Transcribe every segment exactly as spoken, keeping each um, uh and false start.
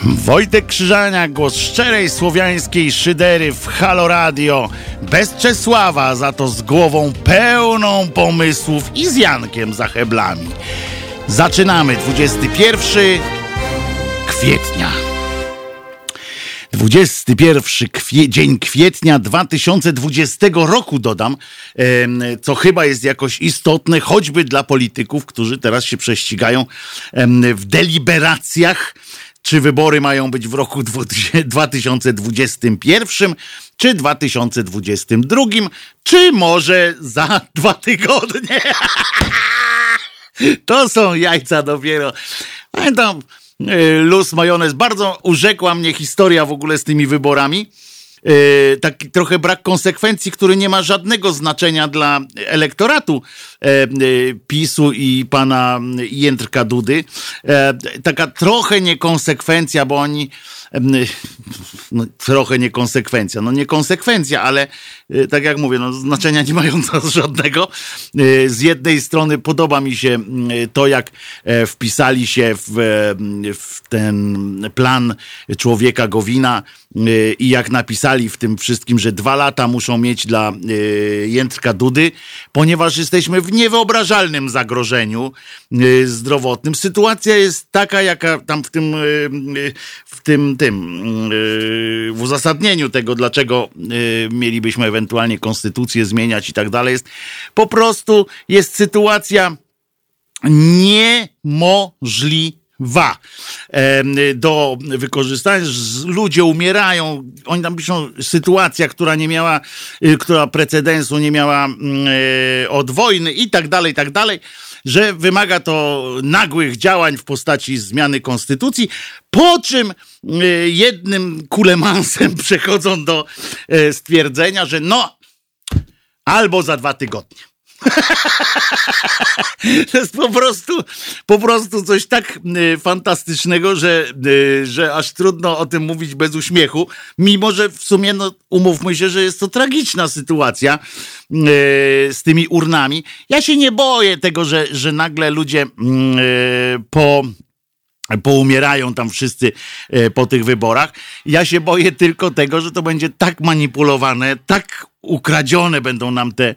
Wojtek Krzyżania, głos szczerej słowiańskiej szydery w Halo Radio. Bez Czesława, za to z głową pełną pomysłów i z Jankiem za heblami. Zaczynamy. dwudziestego pierwszego kwietnia. dwudziesty pierwszy kwie, dzień kwietnia dwa tysiące dwudziestego roku, dodam, e, co chyba jest jakoś istotne, choćby dla polityków, którzy teraz się prześcigają e, w deliberacjach, czy wybory mają być w roku dwa tysiące dwudziestym pierwszym, czy dwa tysiące dwudziestym drugim, czy może za dwa tygodnie. To są jajca dopiero. Pamiętam, luz majonez, bardzo urzekła mnie historia w ogóle z tymi wyborami. Yy, taki trochę brak konsekwencji, który nie ma żadnego znaczenia dla elektoratu yy, yy, PiSu i pana Jędrka Dudy. Yy, taka trochę niekonsekwencja, bo oni yy, no, trochę niekonsekwencja, no niekonsekwencja, ale yy, tak jak mówię, no znaczenia nie mająca żadnego. Yy, z jednej strony podoba mi się yy, to, jak yy, wpisali się w, yy, w ten plan Człowieka Gowina yy, i jak napisali w tym wszystkim, że dwa lata muszą mieć dla y, Jędrka Dudy, ponieważ jesteśmy w niewyobrażalnym zagrożeniu y, zdrowotnym. Sytuacja jest taka, jaka tam w tym y, w tym, tym y, w uzasadnieniu tego, dlaczego y, mielibyśmy ewentualnie konstytucję zmieniać i tak dalej, jest po prostu jest sytuacja niemożliwa. Wa. Do wykorzystania, ludzie umierają, oni tam piszą, sytuacja, która nie miała, która precedensu nie miała od wojny i tak dalej, i tak dalej, że wymaga to nagłych działań w postaci zmiany konstytucji, po czym jednym kulemansem przechodzą do stwierdzenia, że no, albo za dwa tygodnie. To jest po prostu, po prostu coś tak y, fantastycznego, że, y, że aż trudno o tym mówić bez uśmiechu, mimo że w sumie, no, umówmy się, że jest to tragiczna sytuacja y, z tymi urnami. Ja się nie boję tego, że, że nagle ludzie y, po... poumierają tam wszyscy po tych wyborach. Ja się boję tylko tego, że to będzie tak manipulowane, tak ukradzione będą nam te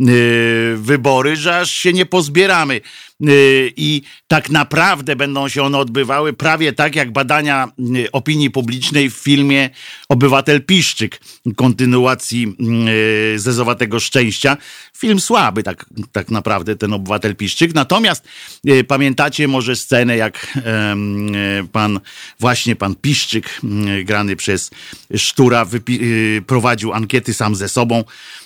y, wybory, że aż się nie pozbieramy. Y, I tak naprawdę będą się one odbywały prawie tak jak badania y, opinii publicznej w filmie Obywatel Piszczyk, kontynuacji y, Zezowatego Szczęścia. Film słaby tak, tak naprawdę, ten Obywatel Piszczyk. Natomiast y, pamiętacie może scenę, jak y, y, pan, właśnie pan Piszczyk, y, grany przez Sztura, wypi- y, prowadził ankiety sam ze sobą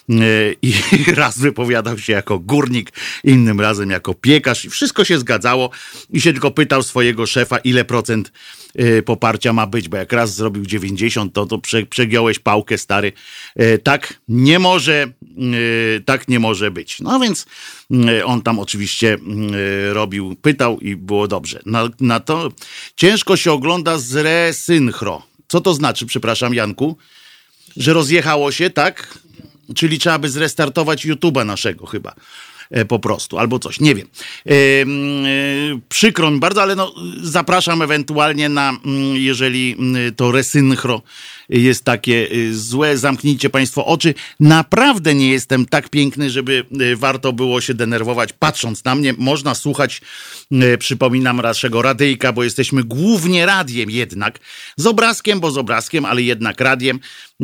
i raz wypowiadał się jako górnik, innym razem jako piekarz i wszystko się zgadzało i się tylko pytał swojego szefa, ile procent poparcia ma być, bo jak raz zrobił dziewięćdziesiąt, to, to prze, przegiąłeś pałkę, stary. Tak nie może, tak nie może być. No więc on tam oczywiście robił, pytał i było dobrze. Na, na to ciężko się ogląda z resynchro. Co to znaczy, przepraszam, Janku? Że rozjechało się, tak? Czyli trzeba by zrestartować YouTube'a naszego chyba. E, po prostu, albo coś, nie wiem. E, e, przykro mi bardzo, ale no, zapraszam ewentualnie na, jeżeli to resynchro jest takie złe, zamknijcie państwo oczy. Naprawdę nie jestem tak piękny, żeby warto było się denerwować patrząc na mnie. Można słuchać, przypominam, naszego radyjka, bo jesteśmy głównie radiem jednak. Z obrazkiem, bo z obrazkiem, ale jednak radiem.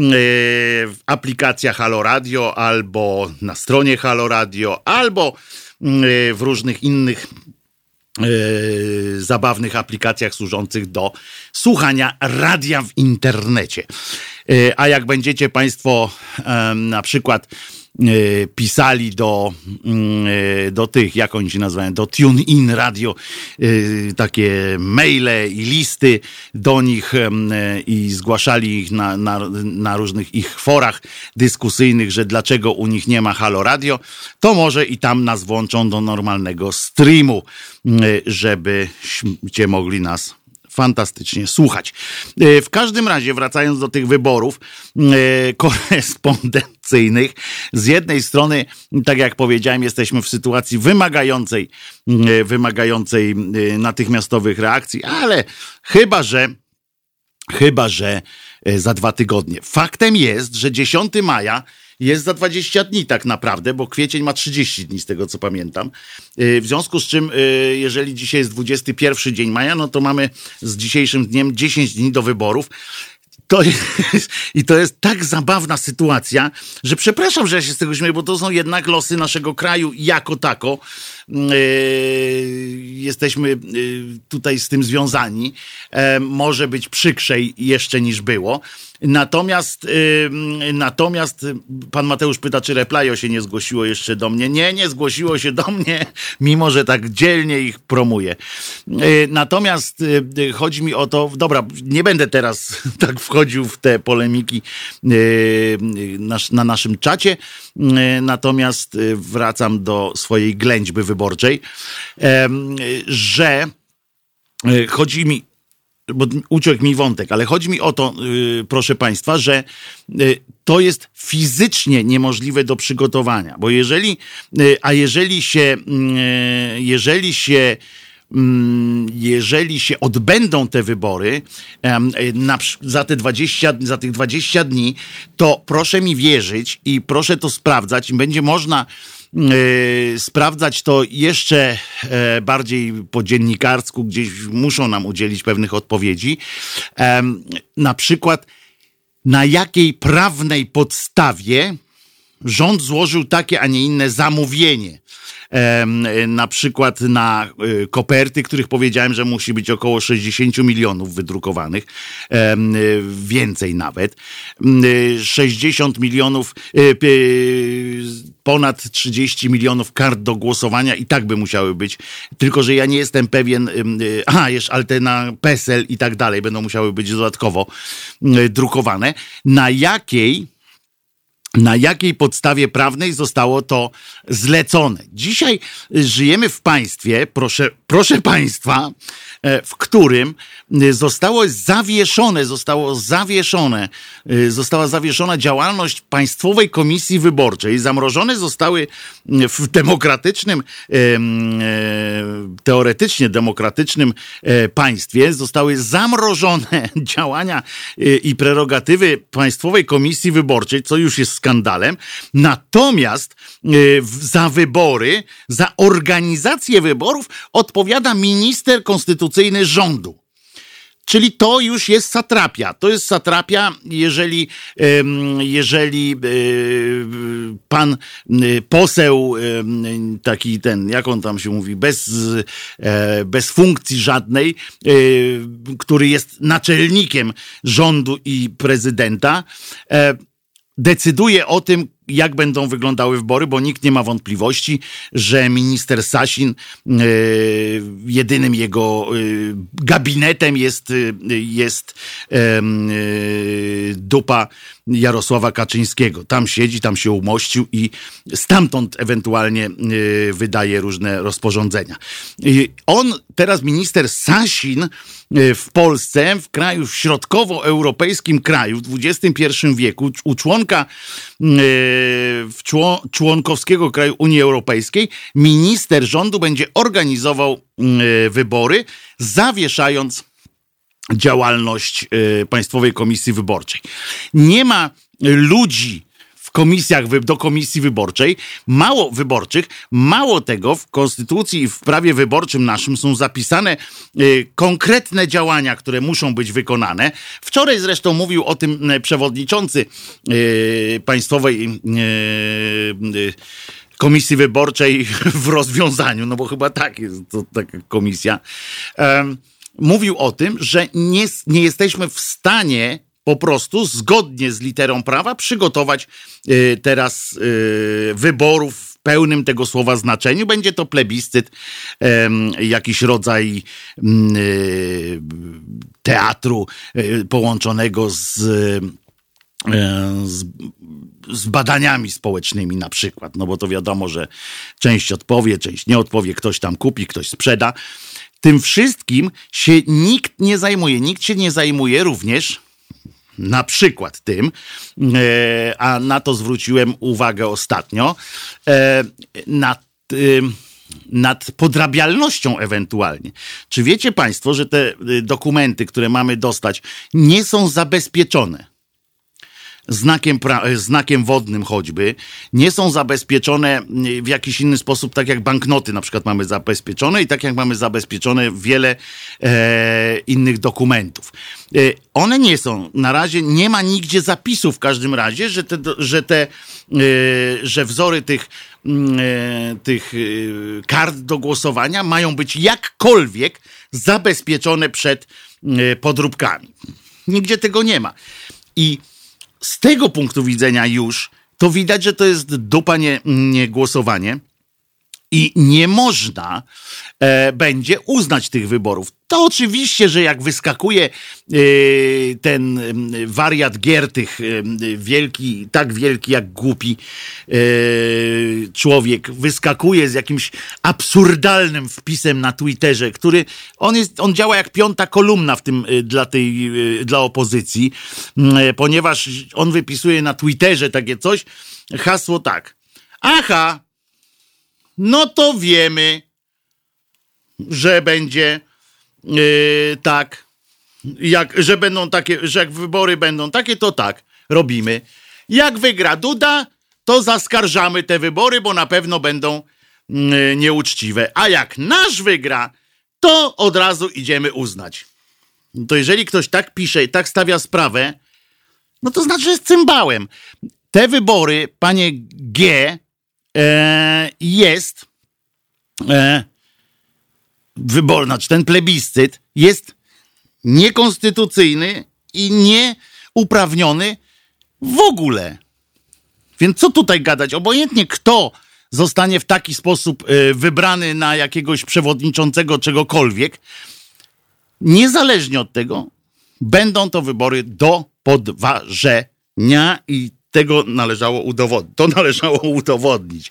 W aplikacja Halo Radio, albo na stronie Halo Radio, albo w różnych innych Yy, zabawnych aplikacjach służących do słuchania radia w internecie. Yy, a jak będziecie państwo yy, na przykład yy, pisali do, yy, do tych, jak oni się nazywają, do TuneIn Radio, yy, takie maile i listy do nich yy, i zgłaszali ich na, na, na różnych ich forach dyskusyjnych, że dlaczego u nich nie ma Halo Radio, to może i tam nas włączą do normalnego streamu, żebyście mogli nas fantastycznie słuchać. W każdym razie, wracając do tych wyborów korespondencyjnych, z jednej strony, tak jak powiedziałem, jesteśmy w sytuacji wymagającej, wymagającej natychmiastowych reakcji, ale chyba że Chyba że za dwa tygodnie. Faktem jest, że dziesiątego maja jest za dwadzieścia dni tak naprawdę, bo kwiecień ma trzydzieści dni z tego co pamiętam. W związku z czym, jeżeli dzisiaj jest dwudziesty pierwszy dzień maja, no to mamy z dzisiejszym dniem dziesięć dni do wyborów. To jest, I to jest tak zabawna sytuacja, że przepraszam, że ja się z tego śmieję, bo to są jednak losy naszego kraju jako tako. Yy, jesteśmy yy, tutaj z tym związani. Yy, może być przykrzej jeszcze niż było. Natomiast, yy, natomiast pan Mateusz pyta, czy Replajo się nie zgłosiło jeszcze do mnie. Nie, nie zgłosiło się do mnie, mimo że tak dzielnie ich promuje. Yy, natomiast yy, chodzi mi o to, dobra, nie będę teraz tak wchodził w te polemiki yy, nasz, na naszym czacie, yy, natomiast yy, wracam do swojej ględźby wyborczej, yy, że yy, chodzi mi, bo uciekł mi wątek, ale chodzi mi o to, yy, proszę państwa, że yy, to jest fizycznie niemożliwe do przygotowania, bo jeżeli, yy, a jeżeli się, yy, jeżeli się jeżeli się odbędą te wybory na, za, te dwadzieścia, za tych dwadzieścia dni, to proszę mi wierzyć i proszę to sprawdzać i będzie można Yy, sprawdzać to jeszcze e, bardziej po dziennikarsku, gdzieś muszą nam udzielić pewnych odpowiedzi. E, na przykład na jakiej prawnej podstawie rząd złożył takie, a nie inne zamówienie. E, na przykład na e, koperty, których powiedziałem, że musi być około sześćdziesiąt milionów wydrukowanych, e, więcej nawet. E, sześćdziesiąt milionów, e, e, ponad trzydzieści milionów kart do głosowania i tak by musiały być, tylko że ja nie jestem pewien, e, a jeszcze, ale te na PESEL i tak dalej będą musiały być dodatkowo e, drukowane. Na jakiej Na jakiej podstawie prawnej zostało to zlecone? Dzisiaj żyjemy w państwie, proszę, proszę państwa, w którym zostało zawieszone, zostało zawieszone, została zawieszona działalność Państwowej Komisji Wyborczej. Zamrożone zostały w demokratycznym, teoretycznie demokratycznym państwie, zostały zamrożone działania i prerogatywy Państwowej Komisji Wyborczej, co już jest skandalem. Natomiast y, za wybory, za organizację wyborów odpowiada minister konstytucyjny rządu. Czyli to już jest satrapia. To jest satrapia, jeżeli, jeżeli pan poseł, taki ten, jak on tam się mówi, bez, bez funkcji żadnej, który jest naczelnikiem rządu i prezydenta, decyduje o tym, jak będą wyglądały wybory, bo nikt nie ma wątpliwości, że minister Sasin, yy, jedynym jego yy, gabinetem jest, yy, jest yy, yy, dupa Jarosława Kaczyńskiego. Tam siedzi, tam się umościł i stamtąd ewentualnie yy, wydaje różne rozporządzenia. Yy, on, teraz minister Sasin yy, w Polsce, w kraju, w środkowoeuropejskim kraju, w dwudziestym pierwszym wieku, u członka yy, w członkowskiego kraju Unii Europejskiej, minister rządu będzie organizował wybory, zawieszając działalność Państwowej Komisji Wyborczej. Nie ma ludzi w komisjach, do komisji wyborczej, mało wyborczych, mało tego, w konstytucji i w prawie wyborczym naszym są zapisane y, konkretne działania, które muszą być wykonane. Wczoraj zresztą mówił o tym przewodniczący y, Państwowej y, y, Komisji Wyborczej w rozwiązaniu, no bo chyba tak jest to taka komisja. Um, mówił o tym, że nie, nie jesteśmy w stanie po prostu zgodnie z literą prawa przygotować y, teraz y, wyborów w pełnym tego słowa znaczeniu. Będzie to plebiscyt, y, jakiś rodzaj y, teatru y, połączonego z, y, z z badaniami społecznymi na przykład, no bo to wiadomo, że część odpowie, część nie odpowie, ktoś tam kupi, ktoś sprzeda. Tym wszystkim się nikt nie zajmuje. Nikt się nie zajmuje również na przykład tym, a na to zwróciłem uwagę ostatnio, na, nad podrabialnością ewentualnie. Czy wiecie państwo, że te dokumenty, które mamy dostać, nie są zabezpieczone? Znakiem, pra- znakiem wodnym choćby, nie są zabezpieczone w jakiś inny sposób, tak jak banknoty na przykład mamy zabezpieczone i tak jak mamy zabezpieczone wiele e, innych dokumentów. E, one nie są, na razie nie ma nigdzie zapisu w każdym razie, że te, że te e, że wzory tych, e, tych e, kart do głosowania mają być jakkolwiek zabezpieczone przed e, podróbkami. Nigdzie tego nie ma. I z tego punktu widzenia już to widać, że to jest dupa nie, nie głosowanie i nie można e, będzie uznać tych wyborów. To oczywiście, że jak wyskakuje e, ten e, wariat Giertych, e, wielki, tak wielki jak głupi e, człowiek, wyskakuje z jakimś absurdalnym wpisem na Twitterze, który on jest, on działa jak piąta kolumna w tym e, dla tej, e, dla opozycji, e, ponieważ on wypisuje na Twitterze takie coś, hasło tak. Aha, no to wiemy, że będzie yy, tak, jak, że będą takie, że jak wybory będą takie, to tak, robimy. Jak wygra Duda, to zaskarżamy te wybory, bo na pewno będą yy, nieuczciwe. A jak nasz wygra, to od razu idziemy uznać. To jeżeli ktoś tak pisze i tak stawia sprawę, no to znaczy, że jest cymbałem. Te wybory, panie G, E, jest e, wybor, znaczy ten plebiscyt jest niekonstytucyjny i nieuprawniony w ogóle. Więc co tutaj gadać? Obojętnie kto zostanie w taki sposób e, wybrany na jakiegoś przewodniczącego czegokolwiek, niezależnie od tego, będą to wybory do podważenia i tego należało udowodnić. To należało udowodnić.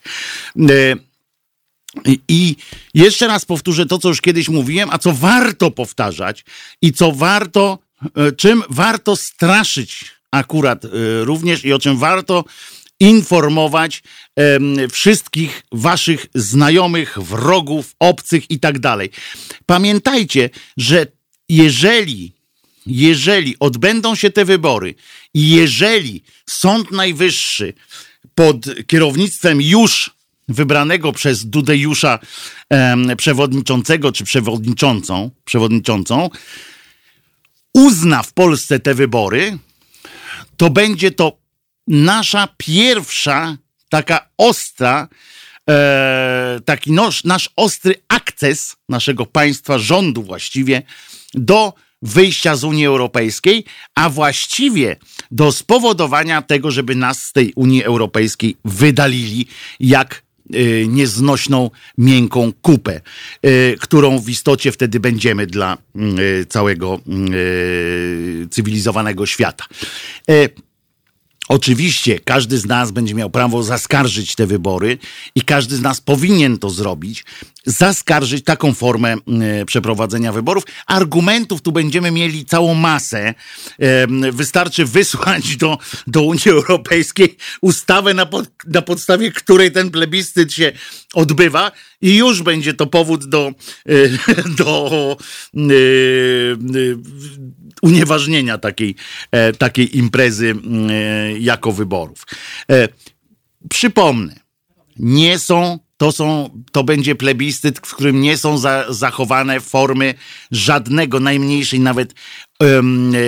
I jeszcze raz powtórzę to, co już kiedyś mówiłem, a co warto powtarzać i co warto, czym warto straszyć akurat również i o czym warto informować wszystkich waszych znajomych, wrogów, obcych i tak dalej. Pamiętajcie, że jeżeli Jeżeli odbędą się te wybory i jeżeli Sąd Najwyższy pod kierownictwem już wybranego przez Dudejusza em, przewodniczącego czy przewodniczącą, przewodniczącą uzna w Polsce te wybory, to będzie to nasza pierwsza taka ostra, e, taki nasz, nasz ostry akces naszego państwa, rządu właściwie do wyjścia z Unii Europejskiej, a właściwie do spowodowania tego, żeby nas z tej Unii Europejskiej wydalili jak y, nieznośną, miękką kupę, y, którą w istocie wtedy będziemy dla y, całego y, cywilizowanego świata. Y, Oczywiście każdy z nas będzie miał prawo zaskarżyć te wybory i każdy z nas powinien to zrobić, zaskarżyć taką formę e, przeprowadzenia wyborów. Argumentów tu będziemy mieli całą masę. E, wystarczy wysłać do, do Unii Europejskiej ustawę, na, pod, na podstawie której ten plebiscyt się odbywa i już będzie to powód do, e, do e, e, unieważnienia takiej, e, takiej imprezy e, jako wyborów. E, przypomnę, nie są, to są, to będzie plebiscyt, w którym nie są za, zachowane formy żadnego, najmniejszej nawet, um, e,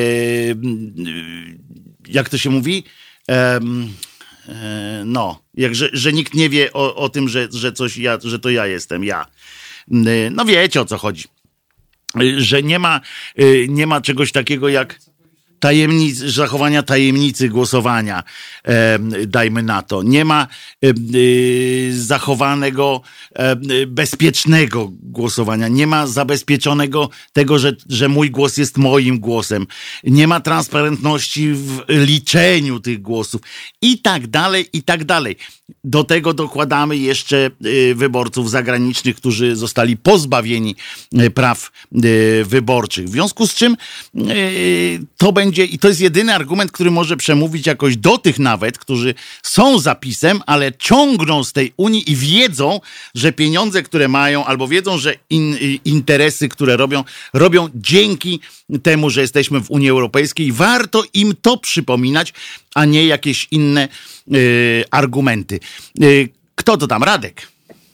jak to się mówi? Um, e, no, jak, że, że nikt nie wie o, o tym, że, że coś ja, że to ja jestem, ja. E, no wiecie, o co chodzi. E, że nie ma, e, nie ma czegoś takiego jak tajemnicy, zachowania tajemnicy głosowania, e, dajmy na to. Nie ma e, e, zachowanego e, bezpiecznego głosowania. Nie ma zabezpieczonego tego, że, że mój głos jest moim głosem. Nie ma transparentności w liczeniu tych głosów i tak dalej, i tak dalej. Do tego dokładamy jeszcze e, wyborców zagranicznych, którzy zostali pozbawieni e, praw e, wyborczych. W związku z czym e, to będzie będzie, i to jest jedyny argument, który może przemówić jakoś do tych nawet, którzy są za PiS-em, ale ciągną z tej Unii i wiedzą, że pieniądze, które mają, albo wiedzą, że in, interesy, które robią, robią dzięki temu, że jesteśmy w Unii Europejskiej. Warto im to przypominać, a nie jakieś inne y, argumenty. Y, kto to tam? Radek?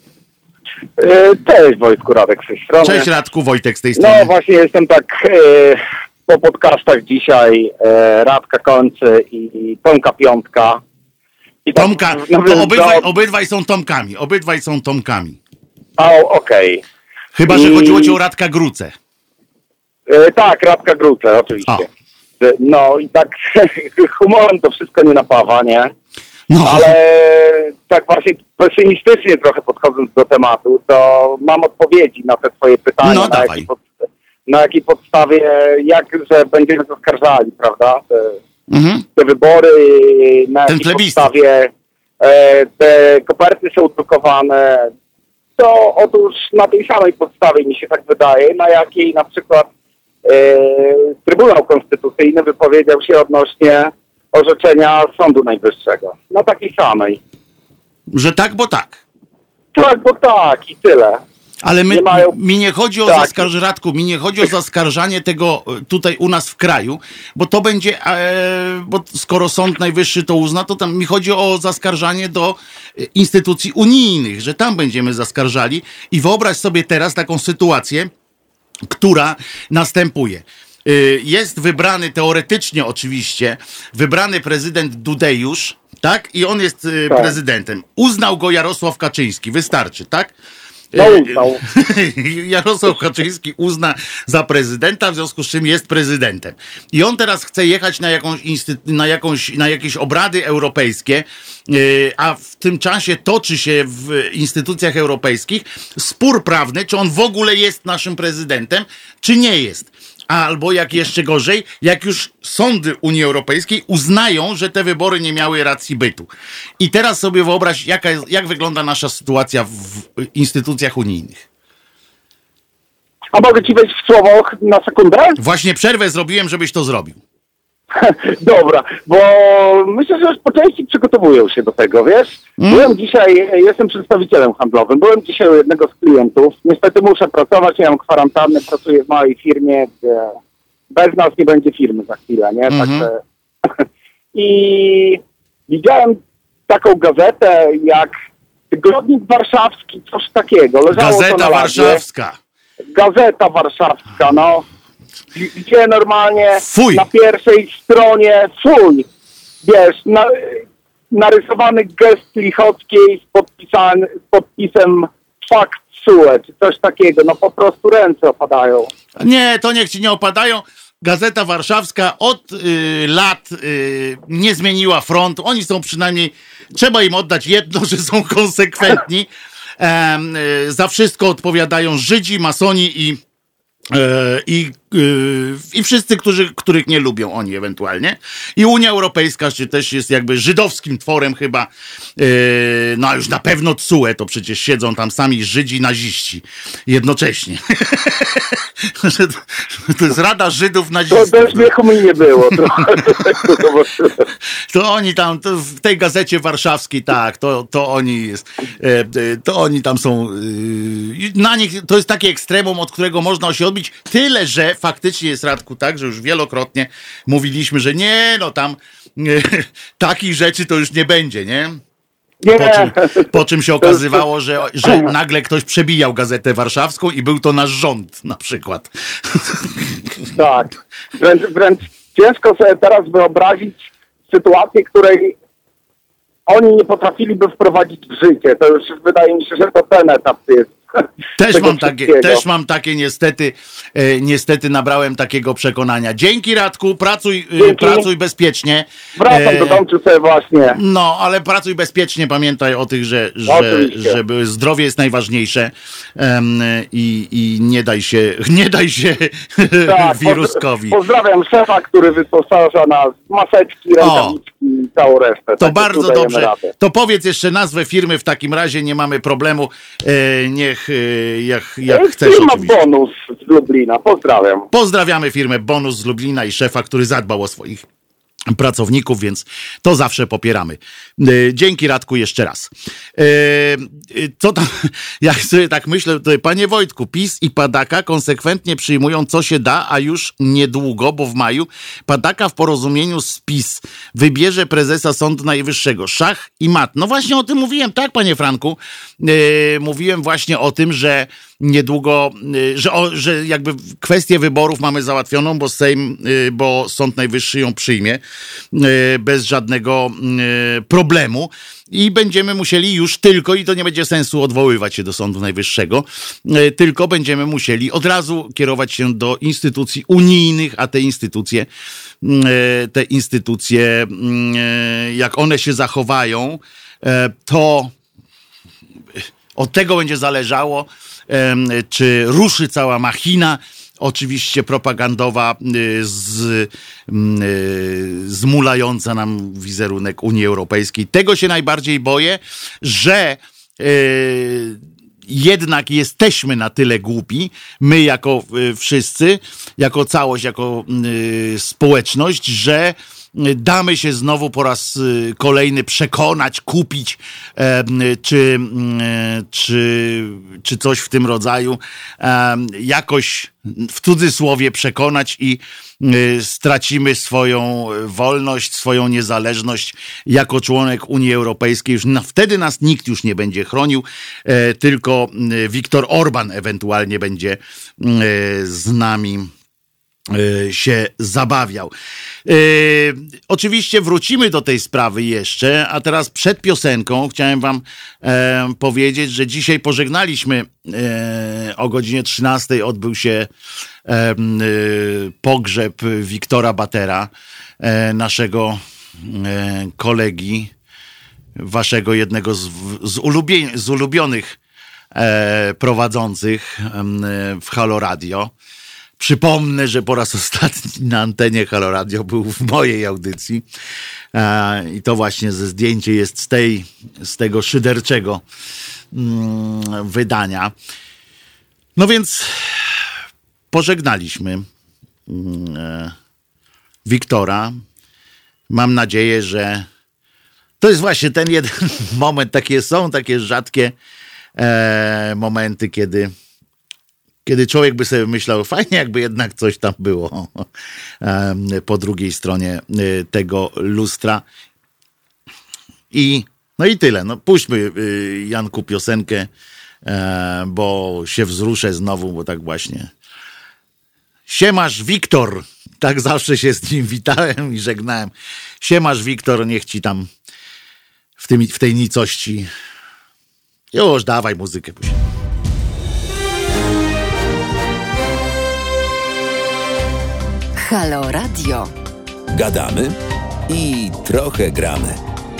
Cześć Wojtku, Radek z tej strony. Cześć Radku, Wojtek z tej strony. No właśnie jestem tak e, po podcastach dzisiaj, e, Radka Kończy i Tomka Piątka. I tak, Tomka, no, to obydwaj, do... obydwaj są Tomkami, obydwaj są Tomkami. A, okej. Okay. Chyba, że I... chodziło ci o Radka Grucę. E, tak, Radka Grucę, oczywiście. O. No i tak humorem to wszystko nie napawa, nie? No. Ale tak właśnie pesymistycznie trochę podchodząc do tematu, to mam odpowiedzi na te twoje pytania, no, na, jakiej pod, na jakiej podstawie, jak, że będziemy zaskarżali, prawda, te, mhm. te wybory, na Ten jakiej plebiscyt. podstawie e, te koperty są drukowane, to otóż na tej samej podstawie mi się tak wydaje, na jakiej na przykład e, Trybunał Konstytucyjny wypowiedział się odnośnie orzeczenia Sądu Najwyższego. Na takiej samej. Że tak, bo tak. Tak, bo tak i tyle. Ale my, nie mają... mi nie chodzi o tak. zaskarż... Radku, mi nie chodzi o zaskarżanie tego tutaj u nas w kraju, bo to będzie, e, bo skoro Sąd Najwyższy to uzna, to tam mi chodzi o zaskarżanie do instytucji unijnych, że tam będziemy zaskarżali i wyobraź sobie teraz taką sytuację, która następuje. Jest wybrany, teoretycznie oczywiście, wybrany prezydent Dudejusz, tak? I on jest tak. prezydentem. Uznał go Jarosław Kaczyński, wystarczy, tak? No, uznał. Jarosław Kaczyński uzna za prezydenta, w związku z czym jest prezydentem. I on teraz chce jechać na jakąś, instytu- na jakąś na jakieś obrady europejskie, a w tym czasie toczy się w instytucjach europejskich spór prawny, czy on w ogóle jest naszym prezydentem, czy nie jest. Albo jak jeszcze gorzej, jak już sądy Unii Europejskiej uznają, że te wybory nie miały racji bytu. I teraz sobie wyobraź, jaka jest, jak wygląda nasza sytuacja w instytucjach unijnych. A mogę ci wejść w słowo na sekundę? Właśnie przerwę zrobiłem, żebyś to zrobił. Dobra, bo myślę, że już po części przygotowują się do tego, wiesz? Mm. Byłem dzisiaj, jestem przedstawicielem handlowym, byłem dzisiaj u jednego z klientów. Niestety muszę pracować, ja mam kwarantannę, pracuję w małej firmie, gdzie bez nas nie będzie firmy za chwilę, nie? Mm-hmm. Także... I widziałem taką gazetę jak Tygodnik Warszawski, coś takiego. Leżało Gazeta to na Warszawska. Gazeta Warszawska, no. Gdzie normalnie fuj. Na pierwszej stronie, fuj, wiesz, na, narysowany gest Lichockiej z, podpisan, z podpisem fakt S U E, czy coś takiego, no po prostu ręce opadają. Nie, to niech ci nie opadają. Gazeta Warszawska od y, lat y, nie zmieniła frontu. Oni są przynajmniej, trzeba im oddać jedno, że są konsekwentni. E, y, za wszystko odpowiadają Żydzi, masoni i I, yy, i wszyscy, którzy, których nie lubią oni ewentualnie. I Unia Europejska czy też jest jakby żydowskim tworem chyba, yy, no a już na pewno T S U E, to przecież siedzą tam sami Żydzi, naziści jednocześnie. To jest Rada Żydów Nazistów. To też śmiechu mi nie było. To oni tam, to w tej gazecie warszawskiej, tak, to, to oni jest, to oni tam są, na nich, to jest taki ekstremum, od którego można się odbić, tyle, że faktycznie jest, Radku, tak, że już wielokrotnie mówiliśmy, że nie, no tam takich rzeczy to już nie będzie, nie? Nie. Po czym, po czym się okazywało, że, że nagle ktoś przebijał Gazetę Warszawską i był to nasz rząd na przykład. Tak. Wręcz, wręcz ciężko sobie teraz wyobrazić sytuację, której oni nie potrafiliby wprowadzić w życie. To już wydaje mi się, że to ten etap jest. Też mam, takie, też mam takie niestety, e, niestety nabrałem takiego przekonania. Dzięki, Radku, pracuj, e, pracuj bezpiecznie. Wracam e, do domu sobie właśnie. No, ale pracuj bezpiecznie, pamiętaj o tych, że, że żeby zdrowie jest najważniejsze um, i, i nie daj się, nie daj się tak, wiruskowi. Pozdrawiam szefa, który wyposaża nas w maseczki, rękawiczki i całą resztę. To tak, bardzo dobrze. Radę. To powiedz jeszcze nazwę firmy, w takim razie nie mamy problemu. E, niech jak, jak chcesz firma oczywiście. Bonus Lublina. Pozdrawiam. Pozdrawiamy firmę Bonus z Lublina i szefa, który zadbał o swoich pracowników, więc to zawsze popieramy. Dzięki, Radku, jeszcze raz. Co tam, jak sobie tak myślę, to panie Wojtku, PiS i Padaka konsekwentnie przyjmują co się da, a już niedługo, bo w maju Padaka w porozumieniu z PiS wybierze prezesa Sądu Najwyższego. Szach i mat. No właśnie o tym mówiłem, tak, panie Franku? Mówiłem właśnie o tym, że niedługo, że, o, że jakby kwestię wyborów mamy załatwioną, bo Sejm, bo Sąd Najwyższy ją przyjmie bez żadnego problemu i będziemy musieli już tylko, i to nie będzie sensu odwoływać się do Sądu Najwyższego, tylko będziemy musieli od razu kierować się do instytucji unijnych, a te instytucje, te instytucje, jak one się zachowają, to od tego będzie zależało, czy ruszy cała machina, oczywiście propagandowa, z, zmulająca nam wizerunek Unii Europejskiej. Tego się najbardziej boję, że yy, jednak jesteśmy na tyle głupi, my jako yy, wszyscy, jako całość, jako yy, społeczność, że damy się znowu po raz kolejny przekonać, kupić, czy, czy, czy coś w tym rodzaju, jakoś w cudzysłowie przekonać i stracimy swoją wolność, swoją niezależność jako członek Unii Europejskiej. Już no, wtedy nas nikt już nie będzie chronił, tylko Viktor Orban ewentualnie będzie z nami się zabawiał. Yy, oczywiście wrócimy do tej sprawy jeszcze, a teraz przed piosenką chciałem wam e, powiedzieć, że dzisiaj pożegnaliśmy e, o godzinie trzynastej odbył się e, e, pogrzeb Wiktora Batera, e, naszego e, kolegi, waszego jednego z, z, ulubie, z ulubionych e, prowadzących e, w Halo Radio. Przypomnę, że po raz ostatni na antenie Halo Radio był w mojej audycji e, i to właśnie ze zdjęcie jest z tej, z tego szyderczego mm, wydania. No więc pożegnaliśmy mm, e, Wiktora. Mam nadzieję, że to jest właśnie ten jeden moment, takie są takie rzadkie e, momenty, kiedy Kiedy człowiek by sobie myślał, fajnie jakby jednak coś tam było po drugiej stronie tego lustra. I no i tyle. No puśćmy, Janku, piosenkę, bo się wzruszę znowu, bo tak właśnie. Siemasz, Wiktor. Tak zawsze się z nim witałem i żegnałem. Siemasz, Wiktor, niech ci tam w, tym, w tej nicości. Już, dawaj muzykę. Halo Radio. Gadamy i trochę gramy.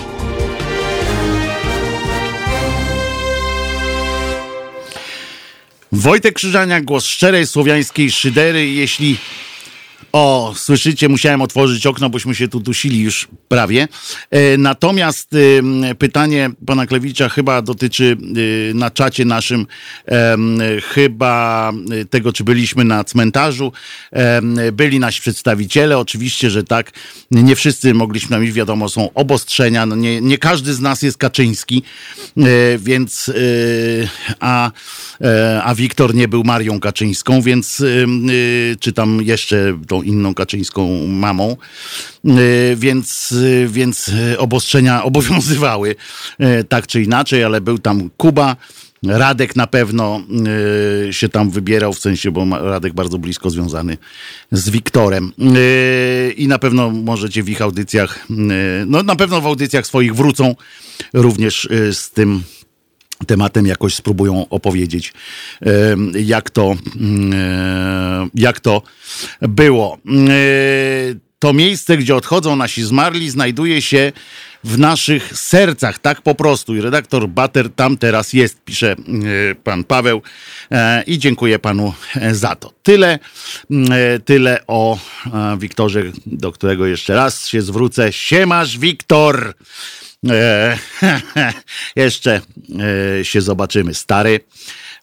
Wojtek Krzyżaniak, głos szczerej słowiańskiej szydery. Jeśli o, słyszycie, musiałem otworzyć okno, bośmy się tu dusili już prawie. E, natomiast e, pytanie pana Klewicza chyba dotyczy e, na czacie naszym e, chyba tego, czy byliśmy na cmentarzu. E, byli nasi przedstawiciele, oczywiście, że tak. Nie wszyscy mogliśmy nam iść, wiadomo, są obostrzenia. No nie, nie każdy z nas jest Kaczyński, e, więc e, a, e, a Wiktor nie był Marią Kaczyńską, więc e, czy tam jeszcze tą inną Kaczyńską mamą, więc, więc obostrzenia obowiązywały tak czy inaczej, ale był tam Kuba, Radek na pewno się tam wybierał, w sensie, bo Radek bardzo blisko związany z Wiktorem i na pewno możecie w ich audycjach, no na pewno w audycjach swoich wrócą również z tym tematem, jakoś spróbują opowiedzieć, jak to, jak to było. To miejsce, gdzie odchodzą nasi zmarli, znajduje się w naszych sercach, tak po prostu. I redaktor Bater tam teraz jest, pisze pan Paweł i dziękuję panu za to. Tyle, tyle o Wiktorze, do którego jeszcze raz się zwrócę. Siemasz, Wiktor! E, jeszcze e, się zobaczymy, stary.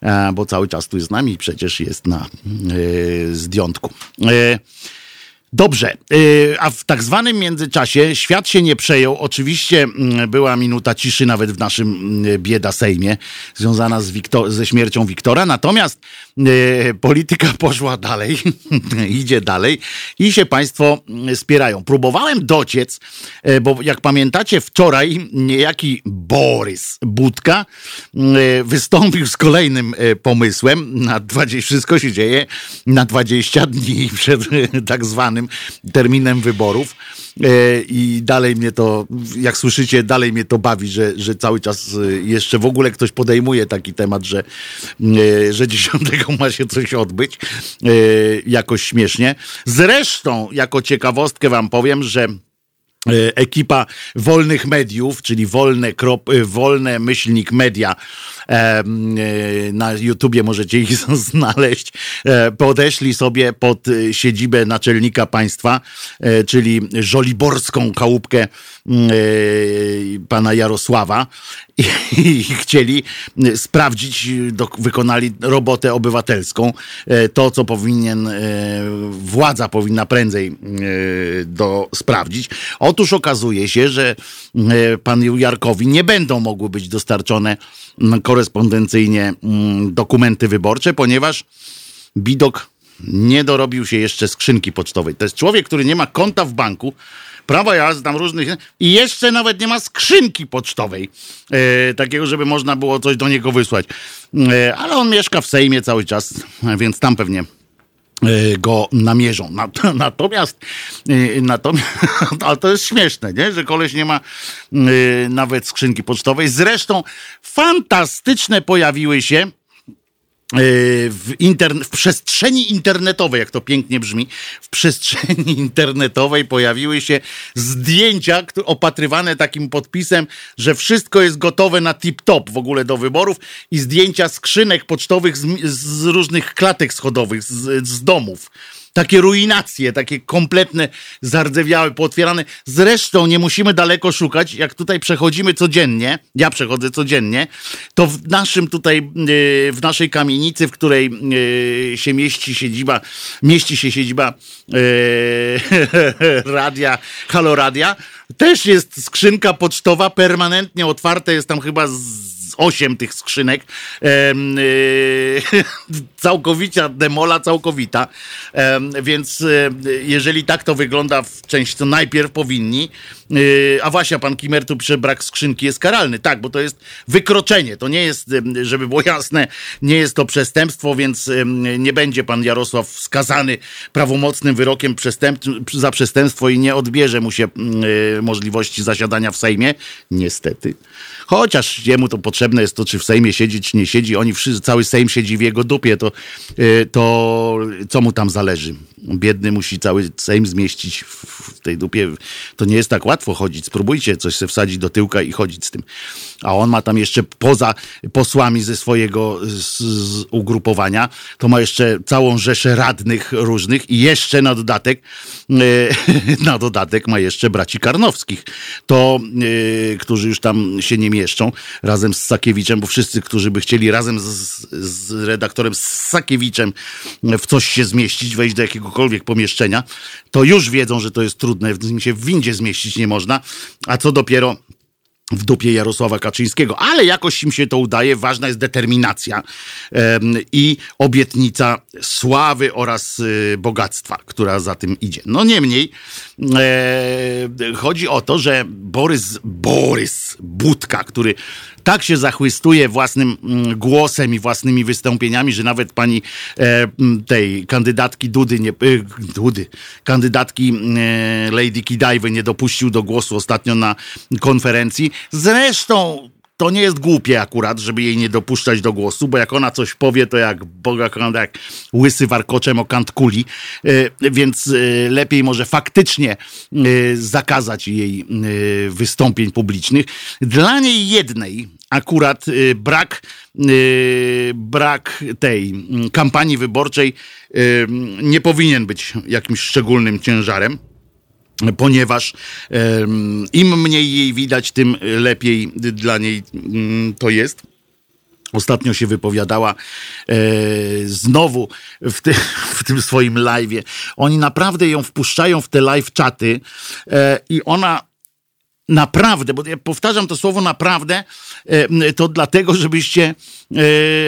bo cały czas tu jest z nami i przecież jest na zdjątku. Dobrze, a w tak zwanym międzyczasie świat się nie przejął. Oczywiście była minuta ciszy nawet w naszym bieda Sejmie związana z Wiktor- ze śmiercią Wiktora, natomiast e, polityka poszła dalej, idzie dalej i się państwo spierają. Próbowałem dociec, e, bo jak pamiętacie wczoraj niejaki Borys Budka e, wystąpił z kolejnym e, pomysłem, na dwadzieścia, wszystko się dzieje na dwadzieścia dni przed e, tak zwanym terminem wyborów i dalej mnie to, jak słyszycie, dalej mnie to bawi, że, że cały czas jeszcze w ogóle ktoś podejmuje taki temat, że, że dziesiątego ma się coś odbyć, jakoś śmiesznie. Zresztą, jako ciekawostkę wam powiem, że ekipa Wolnych Mediów, czyli wolne, krop, wolne myślnik media, na YouTubie możecie ich znaleźć, podeszli sobie pod siedzibę naczelnika państwa, czyli żoliborską chałupkę pana Jarosława i, i chcieli sprawdzić, do, wykonali robotę obywatelską, to co powinien, władza powinna prędzej do sprawdzić. Otóż okazuje się, że panu Jarkowi nie będą mogły być dostarczone korespondencyjnie dokumenty wyborcze, ponieważ Bidok nie dorobił się jeszcze skrzynki pocztowej. To jest człowiek, który nie ma konta w banku, prawa jazdy tam różnych i jeszcze nawet nie ma skrzynki pocztowej, e, takiego, żeby można było coś do niego wysłać. E, ale on mieszka w Sejmie cały czas, więc tam pewnie go namierzą. Natomiast, natomiast ale to jest śmieszne, nie? Że koleś nie ma nawet skrzynki pocztowej. Zresztą fantastyczne pojawiły się w, interne- w przestrzeni internetowej, jak to pięknie brzmi, w przestrzeni internetowej pojawiły się zdjęcia opatrywane takim podpisem, że wszystko jest gotowe na tip-top w ogóle do wyborów i zdjęcia skrzynek pocztowych z, z różnych klatek schodowych, z, z domów. Takie ruinacje, takie kompletne, zardzewiałe, pootwierane. Zresztą nie musimy daleko szukać, jak tutaj przechodzimy codziennie, ja przechodzę codziennie, to w naszym tutaj, w naszej kamienicy, w której się mieści siedziba, mieści się siedziba radia, Halo Radia, też jest skrzynka pocztowa permanentnie otwarta, jest tam chyba z osiem tych skrzynek, e, e, całkowita demola, całkowita, e, więc e, jeżeli tak to wygląda w części, to najpierw powinni, e, a właśnie pan Kimer tu pisze, brak skrzynki jest karalny, tak, bo to jest wykroczenie, to nie jest, żeby było jasne, nie jest to przestępstwo, więc e, nie będzie pan Jarosław skazany prawomocnym wyrokiem przestępczym, za przestępstwo i nie odbierze mu się e, możliwości zasiadania w Sejmie, niestety. Chociaż jemu to potrzebne jest to, czy w Sejmie siedzi, czy nie siedzi. Oni wszyscy, cały Sejm siedzi w jego dupie, to, to co mu tam zależy? Biedny musi cały Sejm zmieścić w tej dupie. To nie jest tak łatwo chodzić. Spróbujcie coś sobie wsadzić do tyłka i chodzić z tym. A on ma tam jeszcze poza posłami ze swojego z, z ugrupowania, to ma jeszcze całą rzeszę radnych różnych i jeszcze na dodatek na dodatek ma jeszcze braci Karnowskich. To, którzy już tam się nie mieszczą razem z Sakiewiczem, bo wszyscy, którzy by chcieli razem z, z redaktorem Sakiewiczem w coś się zmieścić, wejść do jakiegokolwiek pomieszczenia, to już wiedzą, że to jest trudne, w nim się w windzie zmieścić nie można, a co dopiero w dupie Jarosława Kaczyńskiego, ale jakoś im się to udaje, ważna jest determinacja um, i obietnica sławy oraz y, bogactwa, która za tym idzie. No niemniej e, chodzi o to, że Borys, Borys Budka, który tak się zachwystuje własnym mm, głosem i własnymi wystąpieniami, że nawet pani e, tej kandydatki Dudy, nie, e, Dudy kandydatki e, Lady Kidajwy nie dopuścił do głosu ostatnio na konferencji. Zresztą to nie jest głupie akurat, żeby jej nie dopuszczać do głosu, bo jak ona coś powie, to jak Boga, jak łysy warkoczem o kant kuli, więc lepiej może faktycznie zakazać jej wystąpień publicznych. Dla niej jednej akurat brak, brak tej kampanii wyborczej nie powinien być jakimś szczególnym ciężarem, ponieważ um, im mniej jej widać, tym lepiej dla niej um, to jest. Ostatnio się wypowiadała e, znowu w, ty, w tym swoim live'ie. Oni naprawdę ją wpuszczają w te live czaty e, i ona naprawdę, bo ja powtarzam to słowo naprawdę, e, to dlatego, żebyście e,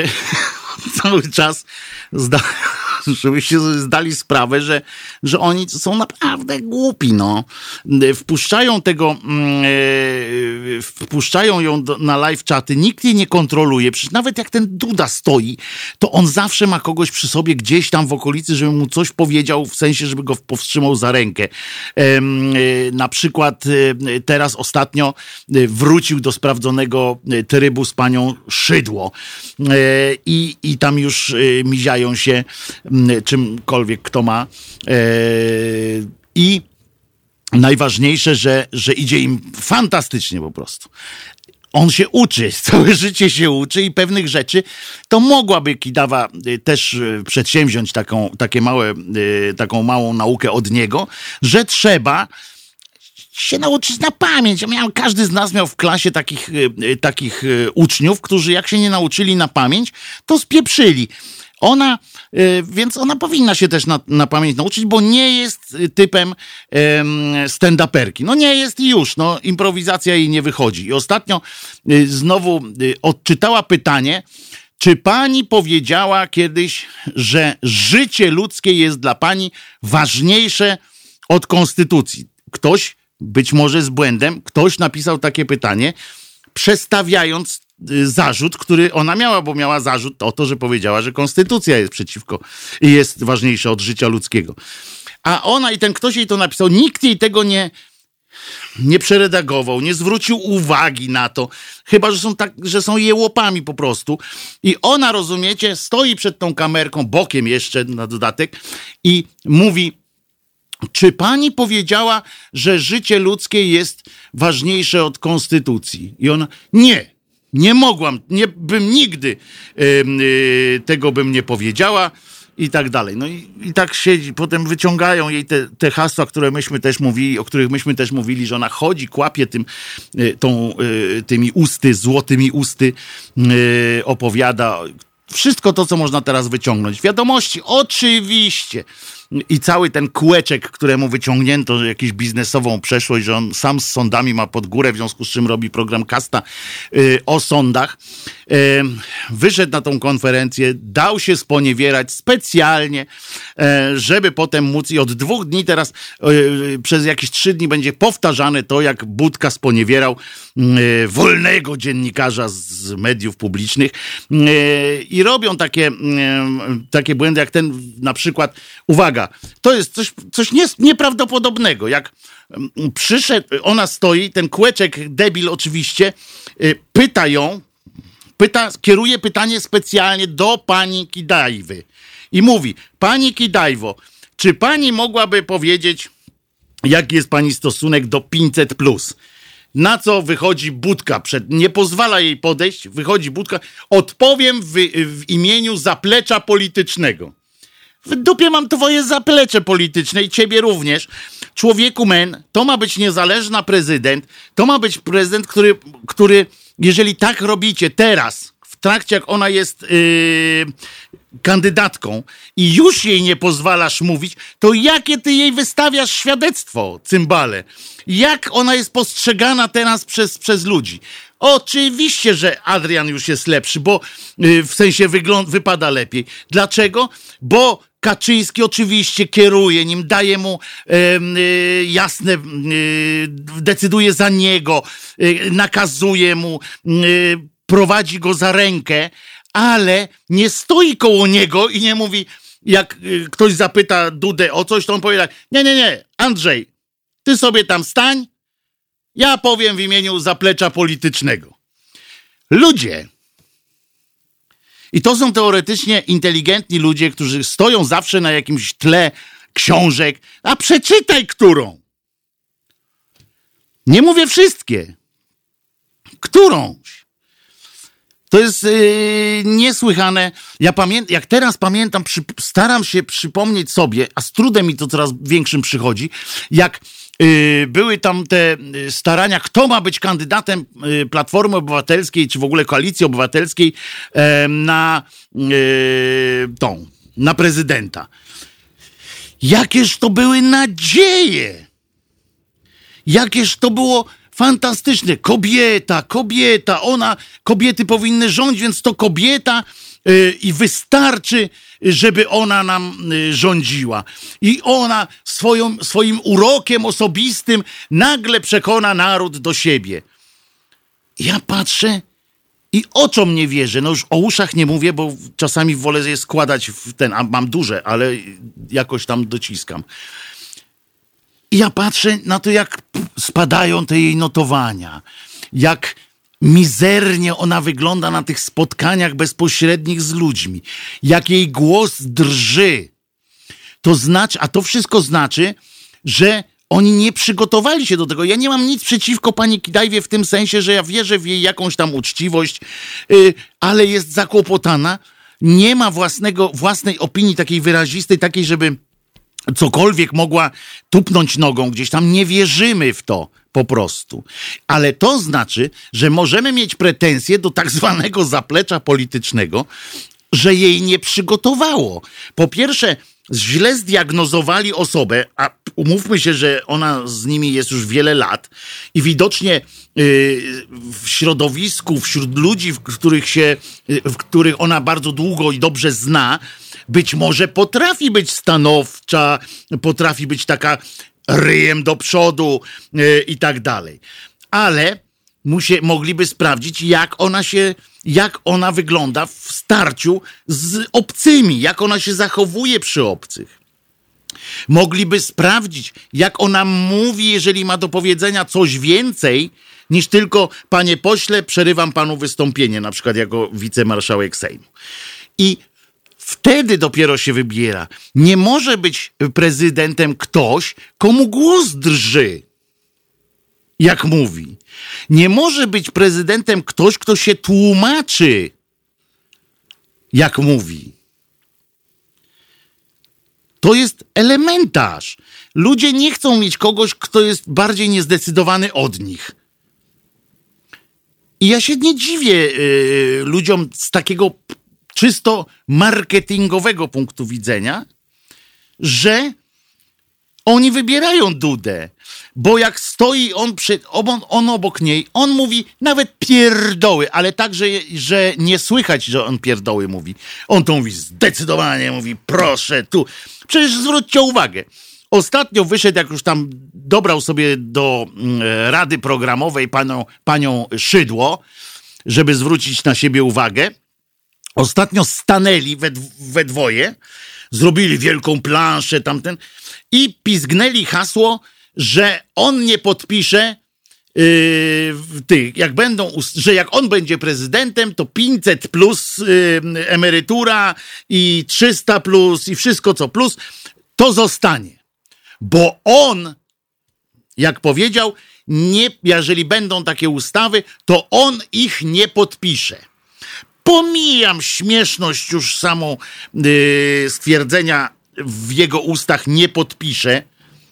cały czas zda, żebyście zdali sprawę, że, że oni są naprawdę głupi, no. Wpuszczają tego, e, wpuszczają ją do, na live czaty, nikt jej nie kontroluje, przecież nawet jak ten Duda stoi, to on zawsze ma kogoś przy sobie gdzieś tam w okolicy, żeby mu coś powiedział, w sensie, żeby go powstrzymał za rękę. E, e, na przykład e, teraz ostatnio e, wrócił do sprawdzonego trybu z panią Szydło e, i, i tam już e, miziają się czymkolwiek kto ma e, i najważniejsze, że, że idzie im fantastycznie po prostu. On się uczy, całe życie się uczy i pewnych rzeczy to mogłaby Kidawa też przedsięwziąć taką, takie małe, taką małą naukę od niego, że trzeba się nauczyć na pamięć. Ja miałem, każdy z nas miał w klasie takich, takich uczniów, którzy jak się nie nauczyli na pamięć, to spieprzyli. Ona, więc ona powinna się też na, na pamięć nauczyć, bo nie jest typem stand-uperki. No nie jest i już, no improwizacja jej nie wychodzi. I ostatnio znowu odczytała pytanie, czy pani powiedziała kiedyś, że życie ludzkie jest dla pani ważniejsze od konstytucji? Ktoś, być może z błędem, ktoś napisał takie pytanie, przestawiając zarzut, który ona miała, bo miała zarzut o to, że powiedziała, że konstytucja jest przeciwko i jest ważniejsza od życia ludzkiego. A ona i ten ktoś jej to napisał, nikt jej tego nie, nie przeredagował, nie zwrócił uwagi na to, chyba, że są tak, że są jełopami po prostu. I ona, rozumiecie, stoi przed tą kamerką, bokiem jeszcze na dodatek i mówi, czy pani powiedziała, że życie ludzkie jest ważniejsze od konstytucji? I ona, nie. Nie mogłam, nie bym nigdy yy, yy, tego bym nie powiedziała i tak dalej. No i, i tak siedzi, potem wyciągają jej te, te hasła, które myśmy też mówili, o których myśmy też mówili, że ona chodzi, kłapie tym, yy, tą, yy, tymi usty, złotymi usty, yy, opowiada wszystko to, co można teraz wyciągnąć. Wiadomości, oczywiście. I cały ten kółeczek, któremu wyciągnięto że jakąś biznesową przeszłość, że on sam z sądami ma pod górę, w związku z czym robi program Kasta y, o sądach. Y, wyszedł na tą konferencję, dał się sponiewierać specjalnie, y, żeby potem móc i od dwóch dni teraz y, przez jakieś trzy dni będzie powtarzane to, jak Budka sponiewierał y, wolnego dziennikarza z mediów publicznych y, i robią takie, y, takie błędy, jak ten na przykład, uwaga, to jest coś, coś nie, nieprawdopodobnego. Jak przyszedł, ona stoi, ten kółeczek debil oczywiście, pyta ją, pyta, kieruje pytanie specjalnie do pani Kidajwy i mówi, pani Kidajwo, czy pani mogłaby powiedzieć, jaki jest pani stosunek do pięćset plus? Na co wychodzi Budka, przed, nie pozwala jej podejść, wychodzi Budka, odpowiem w, w imieniu zaplecza politycznego. W dupie mam twoje zaplecze polityczne i ciebie również. Człowieku men, to ma być niezależna prezydent, to ma być prezydent, który, który jeżeli tak robicie teraz, w trakcie jak ona jest yy, kandydatką i już jej nie pozwalasz mówić, to jakie ty jej wystawiasz świadectwo, cymbale? Jak ona jest postrzegana teraz przez, przez ludzi? Oczywiście, że Adrian już jest lepszy, bo yy, w sensie wygląda, wypada lepiej. Dlaczego? Bo Kaczyński oczywiście kieruje nim, daje mu e, e, jasne, e, decyduje za niego, e, nakazuje mu, e, prowadzi go za rękę, ale nie stoi koło niego i nie mówi, jak e, ktoś zapyta Dudę o coś, to on powie tak, nie, nie, nie, Andrzej, ty sobie tam stań, ja powiem w imieniu zaplecza politycznego. Ludzie, i to są teoretycznie inteligentni ludzie, którzy stoją zawsze na jakimś tle książek, a przeczytaj którą. Nie mówię wszystkie. Którąś. To jest yy, niesłychane. Ja pamiętam, jak teraz pamiętam, przy, staram się przypomnieć sobie, a z trudem mi to coraz większym przychodzi, jak były tam te starania, kto ma być kandydatem Platformy Obywatelskiej, czy w ogóle Koalicji Obywatelskiej na tą, na prezydenta. Jakież to były nadzieje! Jakież to było fantastyczne. Kobieta, kobieta, ona, kobiety powinny rządzić, więc to kobieta yy, i wystarczy, żeby ona nam yy, rządziła. I ona swoją, swoim urokiem osobistym nagle przekona naród do siebie. Ja patrzę i oczom nie wierzę. No już o uszach nie mówię, bo czasami wolę je składać w ten, a mam duże, ale jakoś tam dociskam. I ja patrzę na to, jak spadają te jej notowania, jak mizernie ona wygląda na tych spotkaniach bezpośrednich z ludźmi, jak jej głos drży. To znaczy, a to wszystko znaczy, że oni nie przygotowali się do tego. Ja nie mam nic przeciwko pani Kidajwie w tym sensie, że ja wierzę w jej jakąś tam uczciwość, yy, ale jest zakłopotana. Nie ma własnego, własnej opinii takiej wyrazistej, takiej, żeby cokolwiek mogła tupnąć nogą gdzieś tam. Nie wierzymy w to po prostu. Ale to znaczy, że możemy mieć pretensje do tak zwanego zaplecza politycznego, że jej nie przygotowało. Po pierwsze, źle zdiagnozowali osobę, a umówmy się, że ona z nimi jest już wiele lat i widocznie yy, w środowisku, wśród ludzi, w których się, yy, w których ona bardzo długo i dobrze zna, być może potrafi być stanowcza, potrafi być taka ryjem do przodu yy, i tak dalej. Ale musie, mogliby sprawdzić, jak ona się, jak ona wygląda w starciu z obcymi, jak ona się zachowuje przy obcych. Mogliby sprawdzić, jak ona mówi, jeżeli ma do powiedzenia coś więcej, niż tylko panie pośle, przerywam panu wystąpienie, na przykład jako wicemarszałek Sejmu. I wtedy dopiero się wybiera. Nie może być prezydentem ktoś, komu głos drży, jak mówi. Nie może być prezydentem ktoś, kto się tłumaczy, jak mówi. To jest elementarz. Ludzie nie chcą mieć kogoś, kto jest bardziej niezdecydowany od nich. I ja się nie dziwię yy, ludziom z takiego czysto marketingowego punktu widzenia, że oni wybierają Dudę. Bo jak stoi on, przed, on, on obok niej, on mówi nawet pierdoły, ale tak, że, że nie słychać, że on pierdoły mówi. On to mówi zdecydowanie, mówi proszę tu. Przecież zwróćcie uwagę. Ostatnio wyszedł, jak już tam dobrał sobie do e, rady programowej panią, panią Szydło, żeby zwrócić na siebie uwagę. Ostatnio stanęli we, we dwoje, zrobili wielką planszę tamten i pizgnęli hasło, że on nie podpisze yy, tych, jak będą, że jak on będzie prezydentem, to pięćset plus yy, emerytura i trzysta plus i wszystko co plus, to zostanie. Bo on, jak powiedział, nie, jeżeli będą takie ustawy, to on ich nie podpisze. Pomijam śmieszność już samą yy, stwierdzenia w jego ustach nie podpisze.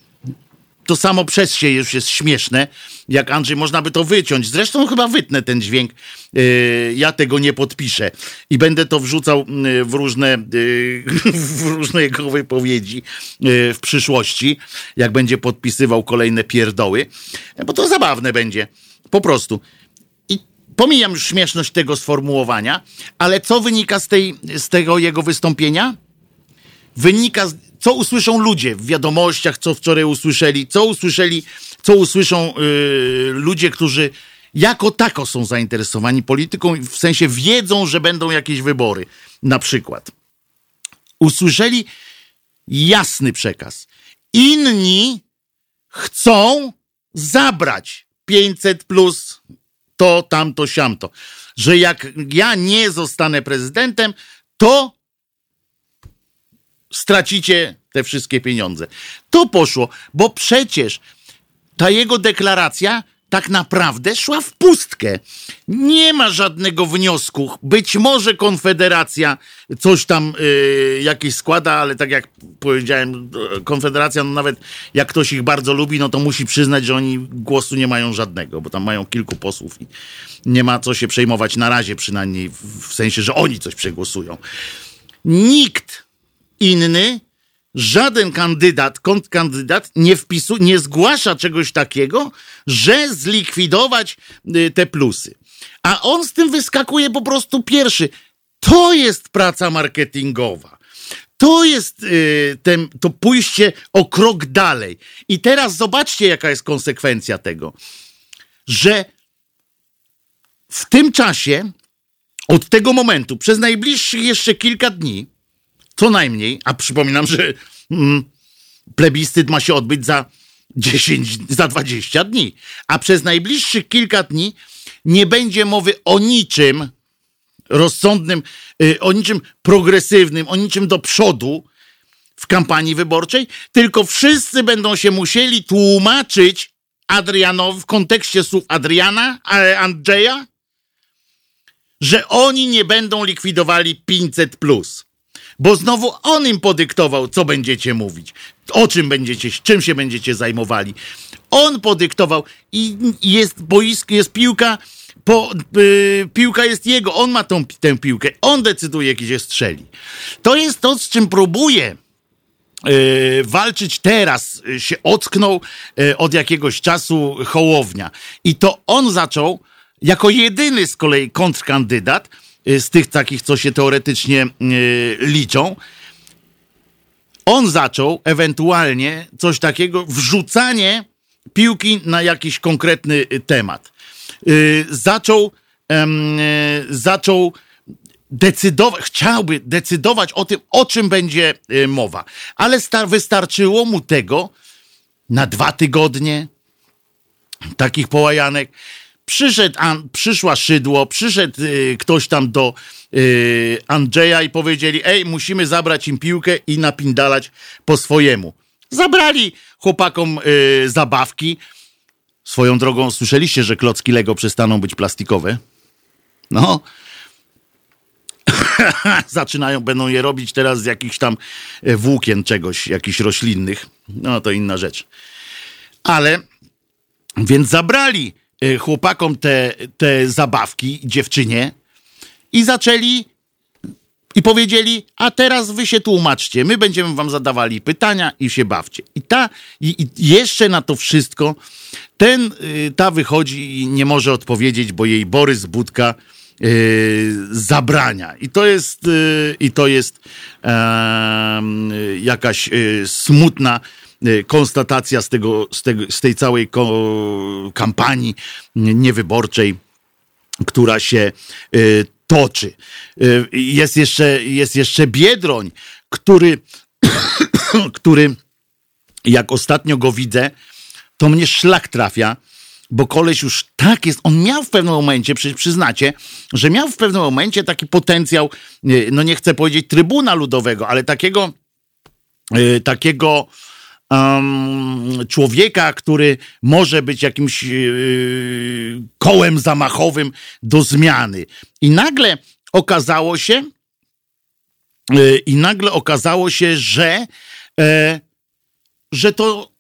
To samo przez się już jest śmieszne, jak Andrzej, można by to wyciąć. Zresztą chyba wytnę ten dźwięk. Yy, ja tego nie podpiszę. I będę to wrzucał yy, w różne yy, w różne jego wypowiedzi yy, w przyszłości, jak będzie podpisywał kolejne pierdoły. Bo to zabawne będzie. Po prostu. I pomijam już śmieszność tego sformułowania, ale co wynika z, tej, z tego jego wystąpienia? Wynika z, co usłyszą ludzie w wiadomościach, co wczoraj usłyszeli, co usłyszeli, co usłyszą yy, ludzie, którzy jako tako są zainteresowani polityką, w sensie wiedzą, że będą jakieś wybory. Na przykład usłyszeli jasny przekaz. Inni chcą zabrać pięćset plus to, tamto, siamto. Że jak ja nie zostanę prezydentem, to stracicie te wszystkie pieniądze. To poszło, bo przecież ta jego deklaracja tak naprawdę szła w pustkę. Nie ma żadnego wniosku. Być może Konfederacja coś tam y, jakieś składa, ale tak jak powiedziałem, Konfederacja, no nawet jak ktoś ich bardzo lubi, no to musi przyznać, że oni głosu nie mają żadnego, bo tam mają kilku posłów i nie ma co się przejmować na razie, przynajmniej w, w sensie, że oni coś przegłosują. Nikt inny, żaden kandydat, kontrkandydat nie wpisu, nie zgłasza czegoś takiego, że zlikwidować y, te plusy. A on z tym wyskakuje po prostu pierwszy. To jest praca marketingowa. To jest y, ten, to pójście o krok dalej. I teraz zobaczcie, jaka jest konsekwencja tego. Że w tym czasie, od tego momentu, przez najbliższych jeszcze kilka dni, co najmniej, a przypominam, że mm, plebiscyt ma się odbyć za dziesięć, za dwadzieścia dni, a przez najbliższych kilka dni nie będzie mowy o niczym rozsądnym, y, o niczym progresywnym, o niczym do przodu w kampanii wyborczej, tylko wszyscy będą się musieli tłumaczyć Adrianowi w kontekście słów Adriana, Andrzeja, że oni nie będą likwidowali pięćset plus. Bo znowu on im podyktował, co będziecie mówić, o czym będziecie, czym się będziecie zajmowali. On podyktował i jest boisko, jest piłka, po, yy, piłka jest jego, on ma tą, tę piłkę, on decyduje, gdzie strzeli. To jest to, z czym próbuje yy, walczyć teraz, yy, się ocknął yy, od jakiegoś czasu Hołownia. I to on zaczął, jako jedyny z kolei kontrkandydat, z tych takich, co się teoretycznie yy, liczą, on zaczął ewentualnie coś takiego, wrzucanie piłki na jakiś konkretny temat. Yy, zaczął yy, zaczął decydować, chciałby decydować o tym, o czym będzie yy, mowa. Ale star- wystarczyło mu tego na dwa tygodnie takich połajanek. Przyszedł, an, przyszła Szydło, przyszedł y, ktoś tam do y, Andrzeja i powiedzieli, ej, musimy zabrać im piłkę i napindalać po swojemu. Zabrali chłopakom y, zabawki. Swoją drogą, słyszeliście, że klocki Lego przestaną być plastikowe? No. Zaczynają, będą je robić teraz z jakichś tam włókien czegoś, jakichś roślinnych. No to inna rzecz. Ale, więc zabrali chłopakom te, te zabawki, dziewczynie, i zaczęli i powiedzieli, a teraz wy się tłumaczcie, my będziemy wam zadawali pytania i się bawcie. I ta, i, i jeszcze na to wszystko ten, ta wychodzi i nie może odpowiedzieć, bo jej Borys Budka yy, zabrania. I to jest, yy, i to jest yy, jakaś yy, smutna konstatacja z, tego, z, tego, z tej całej ko- kampanii niewyborczej, która się y, toczy. Y, jest, jeszcze, jest jeszcze Biedroń, który, który jak ostatnio go widzę, to mnie szlak trafia, bo koleś już tak jest, on miał w pewnym momencie, przy, przyznacie, że miał w pewnym momencie taki potencjał, y, no nie chcę powiedzieć Trybuna Ludowego, ale takiego y, takiego Um, człowieka, który może być jakimś yy, kołem zamachowym do zmiany. I nagle okazało się, yy, i nagle okazało się, że, yy, że to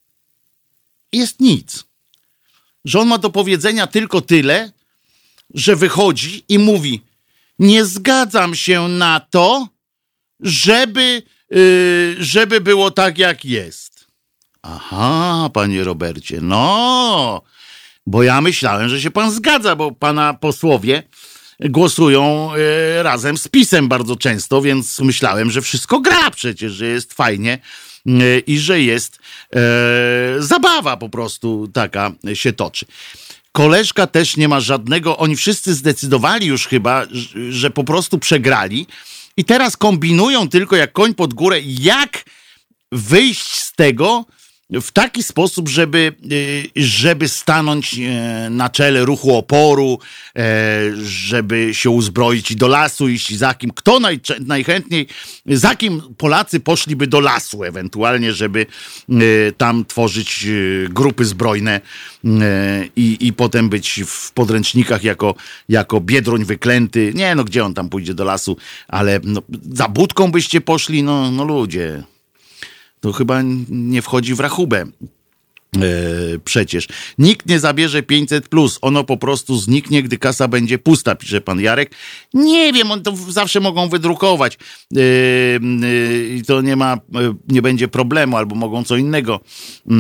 jest nic. Że on ma do powiedzenia tylko tyle, że wychodzi i mówi, nie zgadzam się na to, żeby Yy, żeby było tak, jak jest. Aha, panie Robercie, no, bo ja myślałem, że się pan zgadza, bo pana posłowie głosują yy, razem z PiS-em bardzo często, więc myślałem, że wszystko gra przecież, że jest fajnie yy, i że jest yy, zabawa po prostu taka się toczy. Koleżka też nie ma żadnego, oni wszyscy zdecydowali już chyba, że, że po prostu przegrali. I teraz kombinują tylko jak koń pod górę, jak wyjść z tego, w taki sposób, żeby, żeby stanąć na czele ruchu oporu, żeby się uzbroić i do lasu iść, za kim, kto naj, najchętniej, za kim Polacy poszliby do lasu ewentualnie, żeby tam tworzyć grupy zbrojne i, i potem być w podręcznikach jako, jako Biedroń wyklęty. Nie, no gdzie on tam pójdzie do lasu, ale no, za budką byście poszli, no, no ludzie. To chyba nie wchodzi w rachubę. Yy, przecież. Nikt nie zabierze pięćset plus. Ono po prostu zniknie, gdy kasa będzie pusta, pisze pan Jarek. Nie wiem, on to zawsze mogą wydrukować. Yy, yy, to nie ma, yy, nie będzie problemu, albo mogą co innego yy,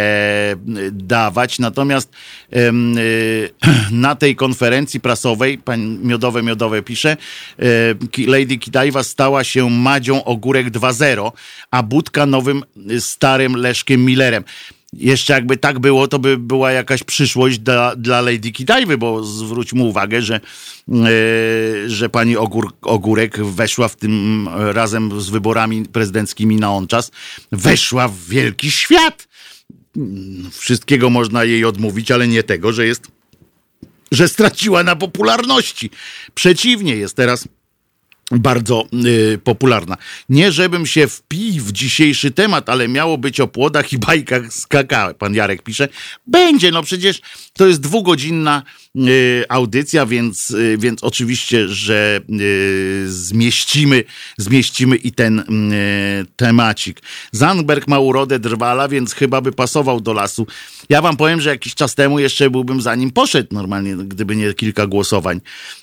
dawać. Natomiast yy, yy, na tej konferencji prasowej, pan Miodowe Miodowe pisze, yy, Lady Kidajwa stała się Madzią Ogórek dwa zero, a Budka nowym starym Leszkiem Millerem. Jeszcze jakby tak było, to by była jakaś przyszłość dla, dla Lady Kidajwy, bo zwróćmy uwagę, że, yy, że pani Ogór, Ogórek weszła w tym razem z wyborami prezydenckimi na on czas, weszła w wielki świat. Wszystkiego można jej odmówić, ale nie tego, że jest, że straciła na popularności. Przeciwnie, jest teraz bardzo y, popularna. Nie żebym się wpił w dzisiejszy temat, ale miało być o płodach i bajkach z kakao. Pan Jarek pisze. Będzie, no przecież to jest dwugodzinna y, audycja, więc, y, więc oczywiście, że y, zmieścimy, zmieścimy i ten y, temacik. Zandberg ma urodę drwala, więc chyba by pasował do lasu. Ja wam powiem, że jakiś czas temu jeszcze byłbym za nim poszedł normalnie, gdyby nie kilka głosowań.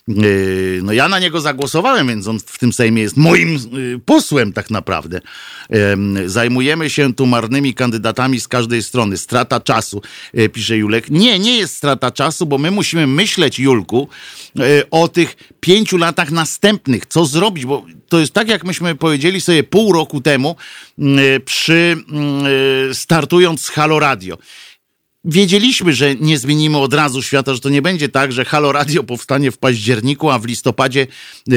Y, no ja na niego zagłosowałem, więc on w tym Sejmie jest moim y, posłem tak naprawdę. Y, zajmujemy się tu marnymi kandydatami z każdej strony. Strata czasu, y, pisze Julek. Nie, nie jest strata czasu, bo my musimy myśleć, Julku, y, o tych pięciu latach następnych. Co zrobić? Bo to jest tak, jak myśmy powiedzieli sobie pół roku temu y, przy y, startując z Halo Radio. Wiedzieliśmy, że nie zmienimy od razu świata, że to nie będzie tak, że Halo Radio powstanie w październiku, a w listopadzie, yy,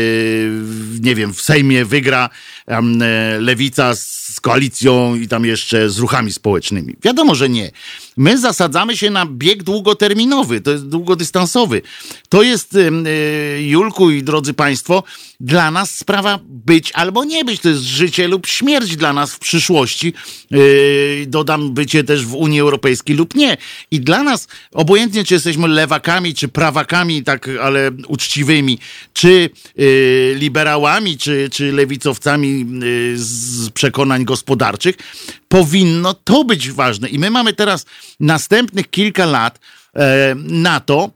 nie wiem, w Sejmie wygra yy, Lewica z koalicją i tam jeszcze z ruchami społecznymi. Wiadomo, że nie. My zasadzamy się na bieg długoterminowy, to jest długodystansowy. To jest, yy, Julku i drodzy państwo, dla nas sprawa być albo nie być. To jest życie lub śmierć dla nas w przyszłości. Yy, dodam bycie też w Unii Europejskiej lub nie. I dla nas, obojętnie czy jesteśmy lewakami, czy prawakami, tak, ale uczciwymi, czy yy, liberałami, czy, czy lewicowcami yy, z przekonań gospodarczych, powinno to być ważne. I my mamy teraz następnych kilka lat yy, na to,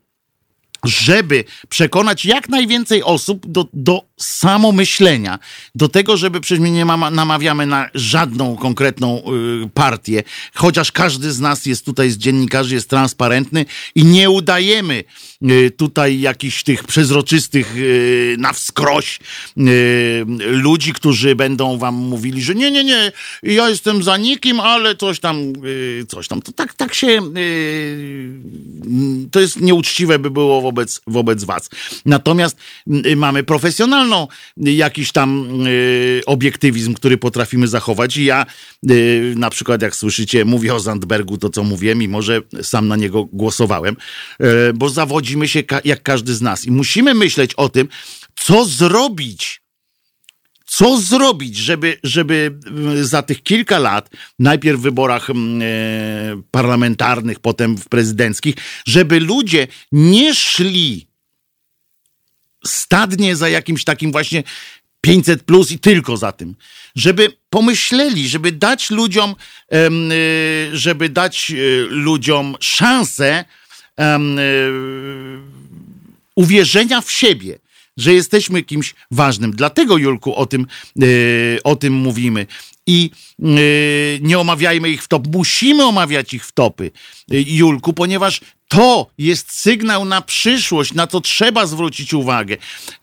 żeby przekonać jak najwięcej osób do, do samomyślenia, do tego, żeby przecież my nie ma, namawiamy na żadną konkretną y, partię, chociaż każdy z nas jest tutaj, z dziennikarzy, jest transparentny i nie udajemy y, tutaj jakichś tych przezroczystych y, na wskroś y, ludzi, którzy będą wam mówili, że nie, nie, nie, ja jestem za nikim, ale coś tam, y, coś tam. To tak, tak się y, to jest nieuczciwe by było wobec, wobec was. Natomiast y, mamy profesjonalną jakiś tam y, obiektywizm, który potrafimy zachować i ja y, na przykład jak słyszycie, mówię o Zandbergu to co mówię, mimo że sam na niego głosowałem, y, bo zawodzimy się ka- jak każdy z nas i musimy myśleć o tym, co zrobić, co zrobić, żeby, żeby za tych kilka lat, najpierw w wyborach y, parlamentarnych, potem w prezydenckich, żeby ludzie nie szli stadnie za jakimś takim właśnie pięćset plus i tylko za tym, żeby pomyśleli, żeby dać ludziom, żeby dać ludziom szansę uwierzenia w siebie, że jesteśmy kimś ważnym. Dlatego, Julku, o tym, o tym mówimy. I nie omawiajmy ich w top. Musimy omawiać ich w topy, Julku, ponieważ to jest sygnał na przyszłość, na co trzeba zwrócić uwagę.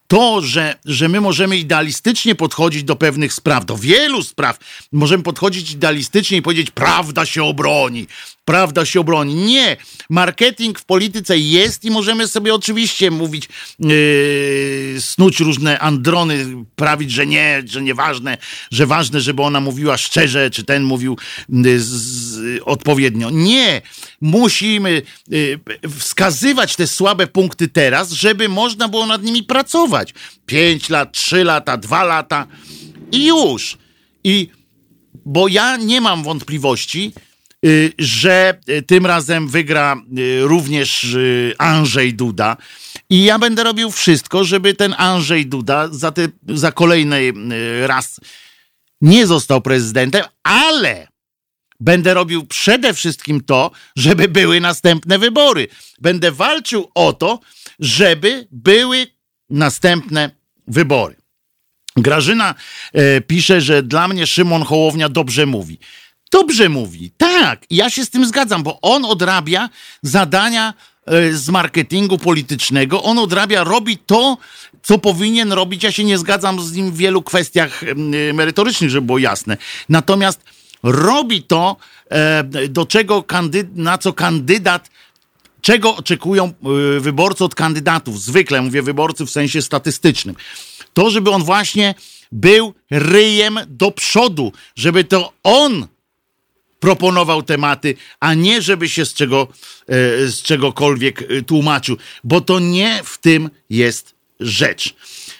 to, że, że my możemy idealistycznie podchodzić do pewnych spraw, do wielu spraw, możemy podchodzić idealistycznie i powiedzieć, prawda się obroni, prawda się obroni. Nie, marketing w polityce jest i możemy sobie oczywiście mówić, yy, snuć różne androny, prawić, że nie, że nieważne, że ważne, żeby ona mówiła szczerze, czy ten mówił yy, z, odpowiednio. Nie, musimy yy, wskazywać te słabe punkty teraz, żeby można było nad nimi pracować. Pięć lat, trzy lata, dwa lata i już. I bo ja nie mam wątpliwości, że tym razem wygra również Andrzej Duda i ja będę robił wszystko, żeby ten Andrzej Duda za, te, za kolejny raz nie został prezydentem, ale będę robił przede wszystkim to, żeby były następne wybory. Będę walczył o to, żeby były następne wybory. Grażyna e, pisze, że dla mnie Szymon Hołownia dobrze mówi. Dobrze mówi, tak, ja się z tym zgadzam, bo on odrabia zadania e, z marketingu politycznego, on odrabia, robi to, co powinien robić. Ja się nie zgadzam z nim w wielu kwestiach e, merytorycznych, żeby było jasne. Natomiast robi to, e, do czego kandyd- na co kandydat, czego oczekują e, wyborcy od kandydatów. Zwykle mówię wyborcy w sensie statystycznym. To, żeby on właśnie był ryjem do przodu, żeby to on proponował tematy, a nie żeby się z, czego, z czegokolwiek tłumaczył, bo to nie w tym jest rzecz.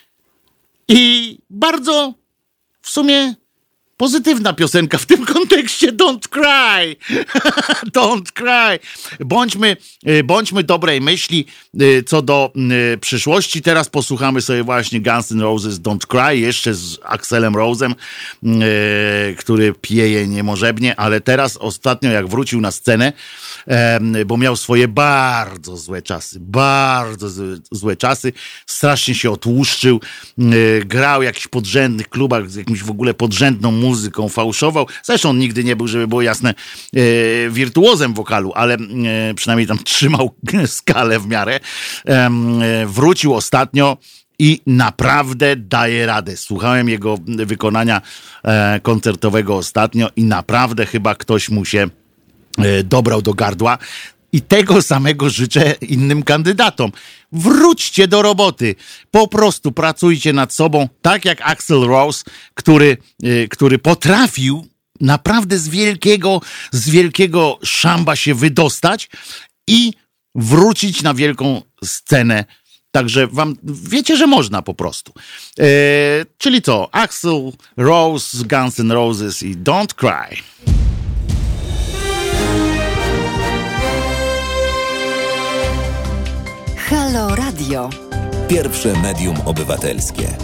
I bardzo w sumie pozytywna piosenka w tym kontekście. Don't cry. Don't cry. Bądźmy, bądźmy dobrej myśli co do przyszłości. Teraz posłuchamy sobie właśnie Guns N' Roses Don't Cry, jeszcze z Axelem Rose'em, który pieje niemożebnie, ale teraz ostatnio jak wrócił na scenę, bo miał swoje bardzo złe czasy, bardzo złe czasy, strasznie się otłuszczył, grał w jakichś podrzędnych klubach z jakimś w ogóle podrzędną muzyką, fałszował. Zresztą on nigdy nie był, żeby było jasne, e, wirtuozem wokalu, ale e, przynajmniej tam trzymał skalę w miarę. E, wrócił ostatnio i naprawdę daje radę. Słuchałem jego wykonania e, koncertowego ostatnio i naprawdę chyba ktoś mu się e, dobrał do gardła. I tego samego życzę innym kandydatom. Wróćcie do roboty. Po prostu pracujcie nad sobą, tak jak Axl Rose, który, yy, który potrafił naprawdę z wielkiego, z wielkiego szamba się wydostać i wrócić na wielką scenę. Także wam wiecie, że można po prostu. Yy, czyli co? Axl Rose, Guns N' Roses i Don't Cry. Halo Radio. Pierwsze medium obywatelskie.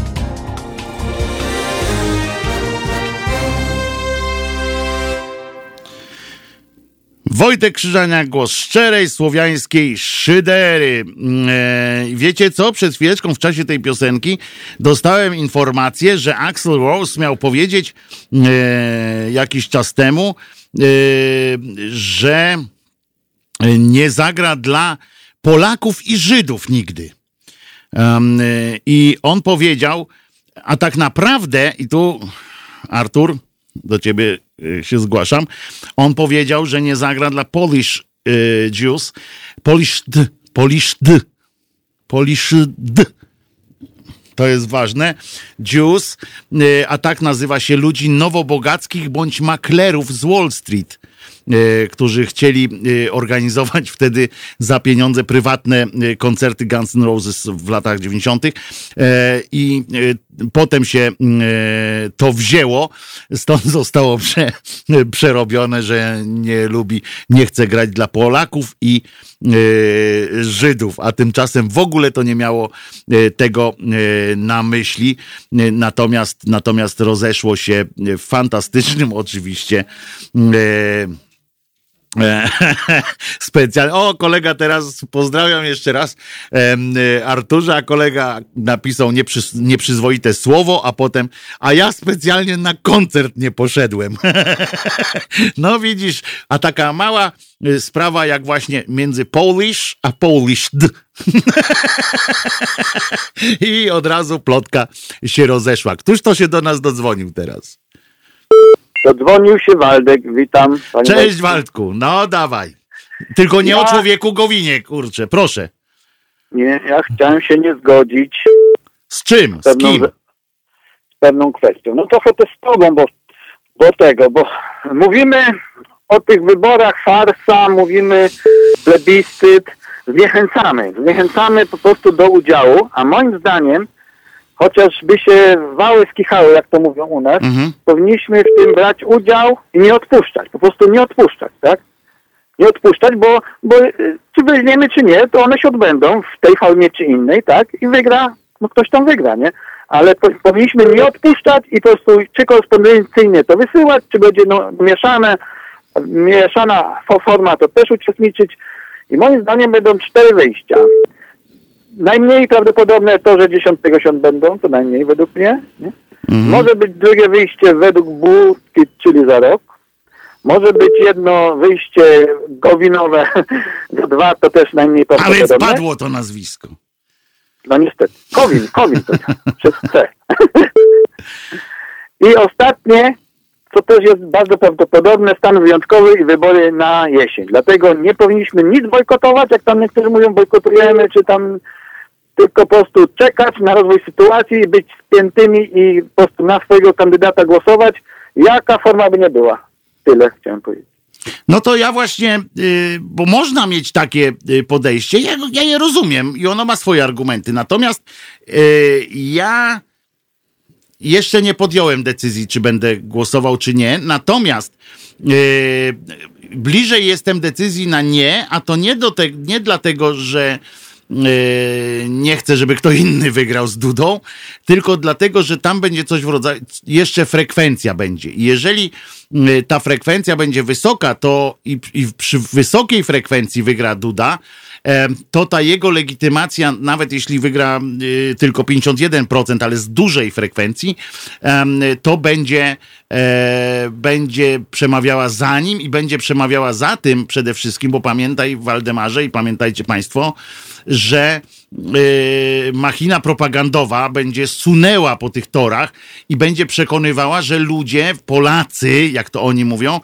Wojtek Krzyżania, głos szczerej, słowiańskiej szydery. Eee, wiecie co? Przed chwileczką w czasie tej piosenki dostałem informację, że Axl Rose miał powiedzieć eee, jakiś czas temu, eee, że nie zagra dla Polaków i Żydów nigdy. Um, I on powiedział, a tak naprawdę, i tu Artur, do ciebie się zgłaszam, on powiedział, że nie zagra dla Polish y, Jews, Polish D, Polish D, Polish D. To jest ważne. Jews, y, a tak nazywa się ludzi nowobogackich bądź maklerów z Wall Street, y, którzy chcieli y, organizować wtedy za pieniądze prywatne y, koncerty Guns N' Roses w latach dziewięćdziesiątych. Y, I y, potem się y, to wzięło, stąd zostało prze, y, przerobione, że nie lubi, nie chce grać dla Polaków i y, Żydów, a tymczasem w ogóle to nie miało y, tego y, na myśli. Y, natomiast, natomiast rozeszło się w fantastycznym oczywiście y, Specjalnie. O, kolega teraz, pozdrawiam jeszcze raz Arturza, kolega napisał nieprzy, nieprzyzwoite słowo, a potem, a ja specjalnie na koncert nie poszedłem. No widzisz, a taka mała sprawa jak właśnie między Polish a Polished. I od razu plotka się rozeszła. Któż to się do nas dodzwonił teraz? Dodzwonił się Waldek, witam. Cześć Waldku, no dawaj. Tylko nie ja... o człowieku Gowinie, kurczę, proszę. Nie, ja chciałem się nie zgodzić. Z czym? Z, z pewną, kim? Z pewną kwestią. No trochę też z tobą, bo, bo tego, bo mówimy o tych wyborach farsa, mówimy plebiscyt, zniechęcamy. Zniechęcamy po prostu do udziału, a moim zdaniem chociażby się wały skichały, jak to mówią u nas, mhm. powinniśmy w tym brać udział i nie odpuszczać. Po prostu nie odpuszczać, tak? Nie odpuszczać, bo, bo czy weźmiemy, czy nie, to one się odbędą w tej formie czy innej, tak? I wygra, no ktoś tam wygra, nie? Ale po, powinniśmy nie odpuszczać i po prostu czy korespondencyjnie to wysyłać, czy będzie no, mieszane, mieszana forma, to też uczestniczyć. I moim zdaniem będą cztery wyjścia. Najmniej prawdopodobne to, że dziesiątego się odbędą, to najmniej według mnie. Nie? Mhm. Może być drugie wyjście według Budki, czyli za rok. Może być jedno wyjście gowinowe, za dwa to też najmniej prawdopodobne. Ale wpadło to nazwisko. No niestety. Kowin, Kowin to przez C. I ostatnie, co też jest bardzo prawdopodobne, stan wyjątkowy i wybory na jesień. Dlatego nie powinniśmy nic bojkotować, jak tam niektórzy mówią, bojkotujemy, czy tam tylko po prostu czekać na rozwój sytuacji, być spiętymi i po prostu na swojego kandydata głosować, jaka forma by nie była. Tyle chciałem powiedzieć. No to ja właśnie, bo można mieć takie podejście, ja, ja je rozumiem i ono ma swoje argumenty, natomiast ja jeszcze nie podjąłem decyzji, czy będę głosował, czy nie, natomiast bliżej jestem decyzji na nie, a to nie, do te, nie dlatego, że nie chcę, żeby kto inny wygrał z Dudą, tylko dlatego, że tam będzie coś w rodzaju, jeszcze frekwencja będzie. I jeżeli ta frekwencja będzie wysoka, to i, i przy wysokiej frekwencji wygra Duda, to ta jego legitymacja, nawet jeśli wygra tylko pięćdziesiąt jeden procent, ale z dużej frekwencji, to będzie, będzie przemawiała za nim i będzie przemawiała za tym przede wszystkim, bo pamiętaj, Waldemarze, i pamiętajcie państwo, że machina propagandowa będzie sunęła po tych torach i będzie przekonywała, że ludzie, Polacy, jak to oni mówią,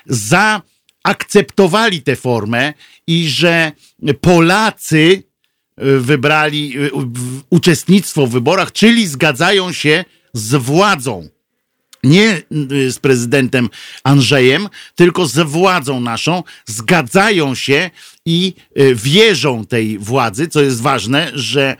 zaakceptowali tę formę i że Polacy wybrali uczestnictwo w wyborach, czyli zgadzają się z władzą. Nie z prezydentem Andrzejem, tylko ze władzą naszą, zgadzają się i wierzą tej władzy, co jest ważne, że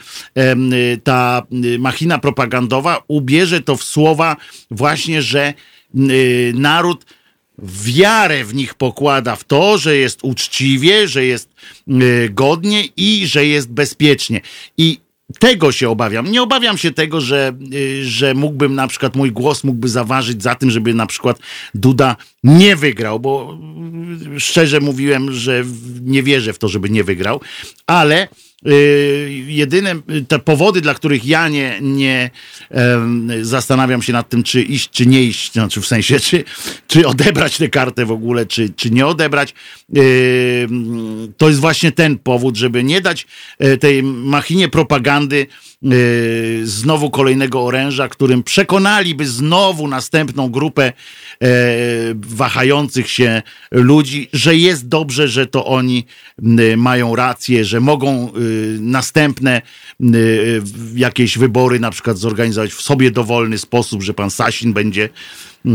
ta machina propagandowa ubierze to w słowa właśnie, że naród wiarę w nich pokłada w to, że jest uczciwie, że jest godnie i że jest bezpiecznie. I tego się obawiam. Nie obawiam się tego, że, że mógłbym na przykład, mój głos mógłby zaważyć za tym, żeby na przykład Duda nie wygrał, bo szczerze mówiłem, że nie wierzę w to, żeby nie wygrał, ale Yy, jedyne te powody, dla których ja nie, nie e, zastanawiam się nad tym, czy iść, czy nie iść, znaczy w sensie, czy, czy odebrać tę kartę w ogóle, czy, czy nie odebrać, yy, to jest właśnie ten powód, żeby nie dać e, tej machinie propagandy e, znowu kolejnego oręża, którym przekonaliby znowu następną grupę e, wahających się ludzi, że jest dobrze, że to oni e, mają rację, że mogą e, następne y, jakieś wybory na przykład zorganizować w sobie dowolny sposób, że pan Sasin będzie y,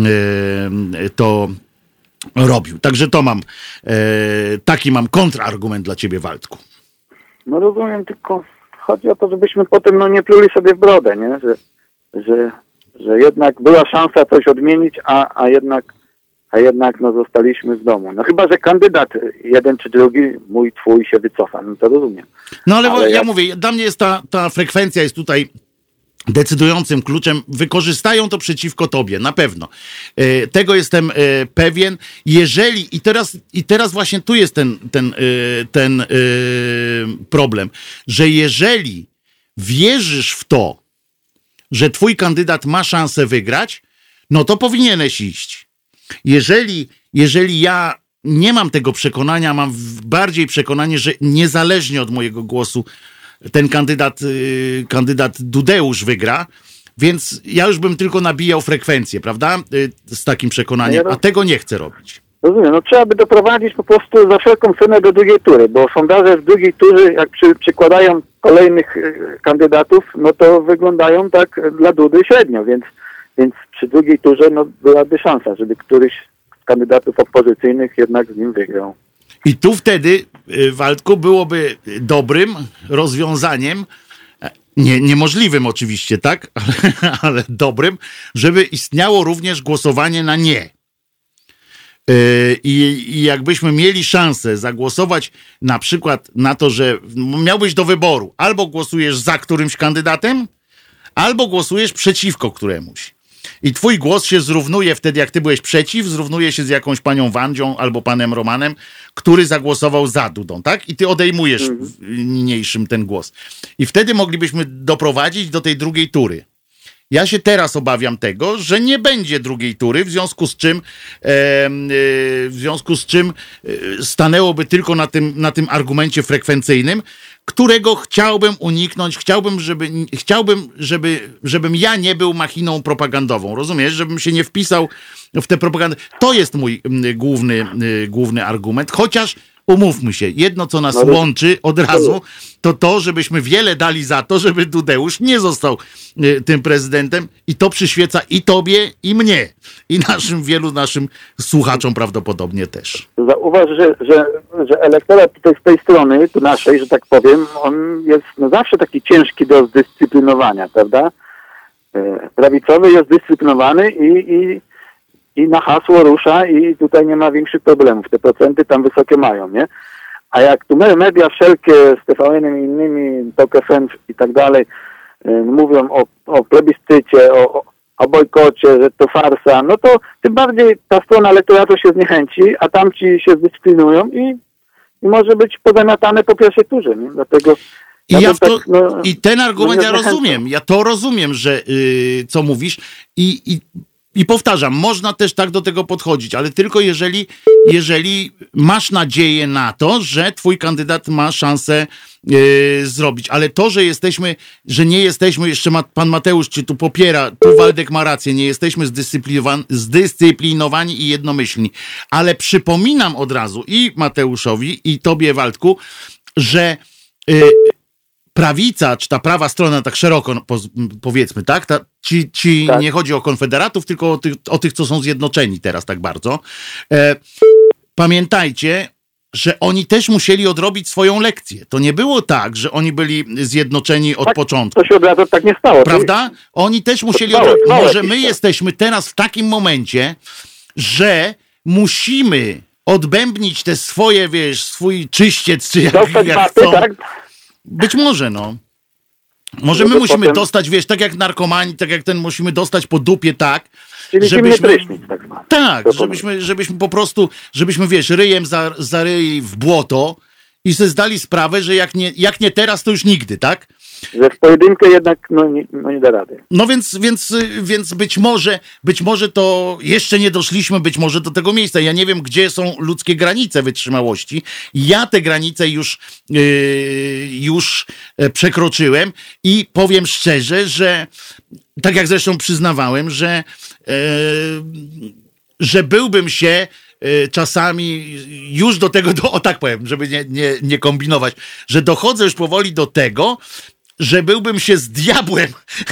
to robił. Także to mam, y, taki mam kontrargument dla ciebie, Waldku. No rozumiem, tylko chodzi o to, żebyśmy potem no nie pluli sobie w brodę, nie? Że, że, że jednak była szansa coś odmienić, a, a jednak a jednak no zostaliśmy w domu. No chyba, że kandydat jeden czy drugi, mój, twój się wycofa, no to rozumiem. No ale, ale ja jak... mówię, dla mnie jest ta, ta frekwencja jest tutaj decydującym kluczem, wykorzystają to przeciwko tobie, na pewno. E, tego jestem e, pewien. Jeżeli, i teraz, i teraz właśnie tu jest ten, ten, e, ten e, problem, że jeżeli wierzysz w to, że twój kandydat ma szansę wygrać, no to powinieneś iść. Jeżeli, jeżeli ja nie mam tego przekonania, mam bardziej przekonanie, że niezależnie od mojego głosu ten kandydat, yy, kandydat Dudeusz wygra, więc ja już bym tylko nabijał frekwencję, prawda? Yy, z takim przekonaniem, a tego nie chcę robić. Rozumiem, no trzeba by doprowadzić po prostu za wszelką cenę do drugiej tury, bo sondaże w drugiej turze, jak przy, przykładają kolejnych y, kandydatów, no to wyglądają tak dla Dudy średnio, więc, więc przy drugiej turze no, byłaby szansa, żeby któryś z kandydatów opozycyjnych jednak z nim wygrał. I tu wtedy, Waldku, byłoby dobrym rozwiązaniem, nie, niemożliwym oczywiście, tak, ale, ale dobrym, żeby istniało również głosowanie na nie. I, I jakbyśmy mieli szansę zagłosować na przykład na to, że miałbyś do wyboru, albo głosujesz za którymś kandydatem, albo głosujesz przeciwko któremuś. I twój głos się zrównuje wtedy, jak ty byłeś przeciw, zrównuje się z jakąś panią Wandzią albo panem Romanem, który zagłosował za Dudą, tak? I ty odejmujesz mm. niniejszym ten głos. I wtedy moglibyśmy doprowadzić do tej drugiej tury. Ja się teraz obawiam tego, że nie będzie drugiej tury, w związku z czym, e, e, w związku z czym e, stanęłoby tylko na tym, na tym argumencie frekwencyjnym, którego chciałbym uniknąć, chciałbym, żeby, chciałbym, żeby, żebym ja nie był machiną propagandową, rozumiesz? Żebym się nie wpisał w tę propagandę. To jest mój główny, główny argument, chociaż umówmy się, jedno co nas no, łączy od razu, to to, żebyśmy wiele dali za to, żeby Dudeusz nie został y, tym prezydentem i to przyświeca i tobie, i mnie, i naszym, wielu naszym słuchaczom prawdopodobnie też. Zauważ, że, że, że elektorat tutaj z tej strony, tu naszej, że tak powiem, on jest no, zawsze taki ciężki do zdyscyplinowania, prawda? Prawicowy jest zdyscyplinowany i, i I na hasło rusza i tutaj nie ma większych problemów. Te procenty tam wysokie mają, nie? A jak tu media wszelkie z T V N-em i innymi, Tok F M i tak dalej, yy, mówią o, o plebiscycie, o, o bojkocie, że to farsa, no to tym bardziej ta strona elektoratu się zniechęci, a tamci się zdyscyplinują i, i może być pozamiatane po pierwszej turze, nie? Dlatego... I, ja w to, tak, no, I ten argument no ja rozumiem. Ja to rozumiem, że yy, co mówisz i... i... I powtarzam, można też tak do tego podchodzić, ale tylko jeżeli, jeżeli masz nadzieję na to, że twój kandydat ma szansę yy, zrobić. Ale to, że jesteśmy, że nie jesteśmy, jeszcze ma, pan Mateusz cię tu popiera, tu Waldek ma rację, nie jesteśmy zdyscyplinowani, zdyscyplinowani i jednomyślni. Ale przypominam od razu i Mateuszowi, i tobie, Waldku, że yy, prawica, czy ta prawa strona, tak szeroko powiedzmy, tak? Ta, ci ci tak. Nie chodzi o konfederatów, tylko o tych, o tych, co są zjednoczeni teraz tak bardzo. E, pamiętajcie, że oni też musieli odrobić swoją lekcję. To nie było tak, że oni byli zjednoczeni od tak, początku. To się od razu tak nie stało. Prawda? Oni też musieli stało, odrobić. stało, Może my jesteśmy teraz w takim momencie, że musimy odbębnić te swoje, wiesz, swój czyściec, czy jak, jak chcą. Tak? Być może, no. Może my musimy potem... dostać, wiesz, tak jak narkomani, tak jak ten, musimy dostać po dupie tak, czyli żebyśmy... Prysznic, tak, tak żebyśmy, żebyśmy po prostu, żebyśmy, wiesz, ryjem za, zaryli w błoto i sobie zdali sprawę, że jak nie, jak nie teraz, to już nigdy, tak? Że w pojedynkę jednak no nie, no nie da rady. No więc, więc, więc być może, być może to jeszcze nie doszliśmy być może do tego miejsca. Ja nie wiem, gdzie są ludzkie granice wytrzymałości. Ja te granice już, yy, już przekroczyłem i powiem szczerze, że tak jak zresztą przyznawałem, że, yy, że byłbym się czasami już do tego, do, o tak powiem, żeby nie, nie, nie kombinować, że dochodzę już powoli do tego, że byłbym się z diabłem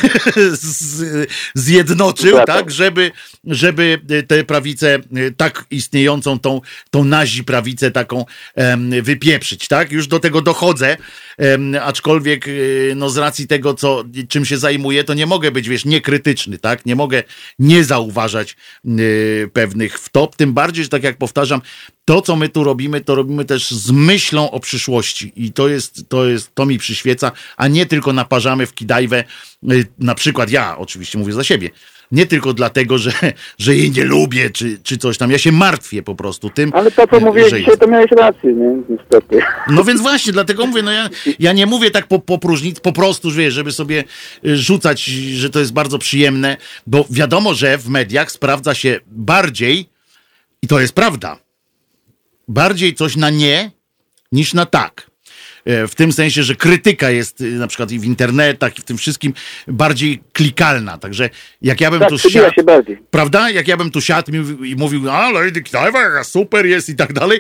z, zjednoczył, tak, żeby, żeby tę prawicę, tak istniejącą, tą, tą nazi prawicę taką um, wypieprzyć, tak, już do tego dochodzę, um, aczkolwiek no z racji tego, co, czym się zajmuję, to nie mogę być, wiesz, niekrytyczny, tak, nie mogę nie zauważać y, pewnych wtop, tym bardziej, że tak jak powtarzam, to, co my tu robimy, to robimy też z myślą o przyszłości i to jest, to jest, to mi przyświeca, a nie tylko tylko naparzamy w kidajwę, na przykład ja, oczywiście mówię za siebie, nie tylko dlatego, że, że jej nie lubię, czy, czy coś tam. Ja się martwię po prostu tym. Ale to, co mówiłeś dzisiaj, jest. To miałeś rację, nie? Niestety. No więc właśnie, dlatego mówię, no ja, ja nie mówię tak po, po próżnicy, po prostu, wiesz, żeby sobie rzucać, że to jest bardzo przyjemne, bo wiadomo, że w mediach sprawdza się bardziej, i to jest prawda, bardziej coś na nie, niż na tak. W tym sensie, że krytyka jest na przykład i w internetach i w tym wszystkim bardziej klikalna. Także jak ja bym tak, tu siadł, się bardziej. prawda? Jak ja bym tu siadł i mówił, a Lady Godiva, jaka super jest i tak dalej,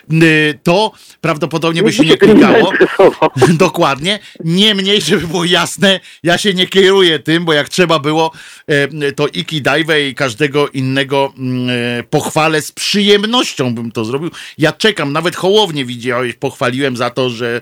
to prawdopodobnie by się nie klikało. Dokładnie. Niemniej, żeby było jasne, ja się nie kieruję tym, bo jak trzeba było, to i Godiwę i każdego innego pochwalę z przyjemnością bym to zrobił. Ja czekam, nawet Hołownię widziałeś, pochwaliłem za to, że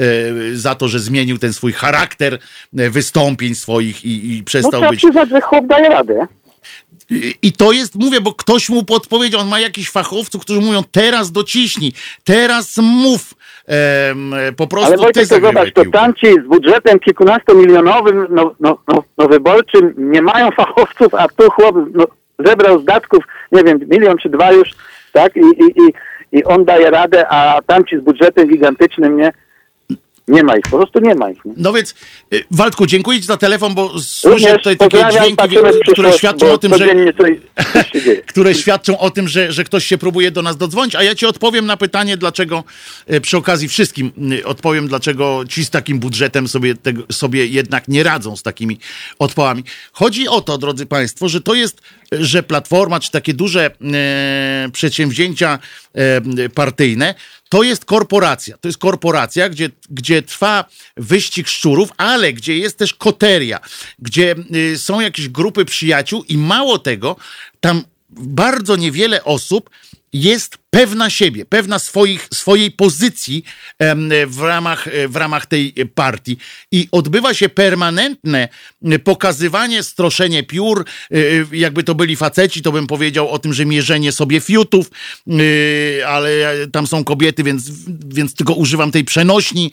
za to, że zmienił ten swój charakter wystąpień swoich i, i przestał no, być... No trzeba przyznać, że chłop daje radę. I, I to jest, mówię, bo ktoś mu podpowiedział, on ma jakichś fachowców, którzy mówią, teraz dociśnij, teraz mów, em, po prostu... Ale Wojtek, to zobacz, to tamci z budżetem kilkunastomilionowym, no, no, no, no wyborczym nie mają fachowców, a tu chłop no, zebrał z datków, nie wiem, milion czy dwa już, tak, i, i, i I on daje radę, a tamci z budżetem gigantycznym nie, nie ma ich, po prostu nie ma ich. Nie? No więc, Waldku, dziękuję ci za telefon, bo słyszę tutaj takie dźwięki, które świadczą o tym, że które świadczą o tym, że, że ktoś się próbuje do nas dodzwonić, a ja ci odpowiem na pytanie, dlaczego, przy okazji wszystkim odpowiem, dlaczego ci z takim budżetem sobie, tego, sobie jednak nie radzą z takimi odpołami. Chodzi o to, drodzy państwo, że to jest, że Platforma, czy takie duże e, przedsięwzięcia e, partyjne, to jest korporacja. To jest korporacja, gdzie, gdzie trwa wyścig szczurów, ale gdzie jest też koteria, gdzie y, są jakieś grupy przyjaciół i mało tego, tam bardzo niewiele osób jest pewna siebie, pewna swoich, swojej pozycji em, w ramach, w ramach tej partii. I odbywa się permanentne pokazywanie, stroszenie piór. Jakby to byli faceci, to bym powiedział o tym, że mierzenie sobie fiutów, ale tam są kobiety, więc, więc tylko używam tej przenośni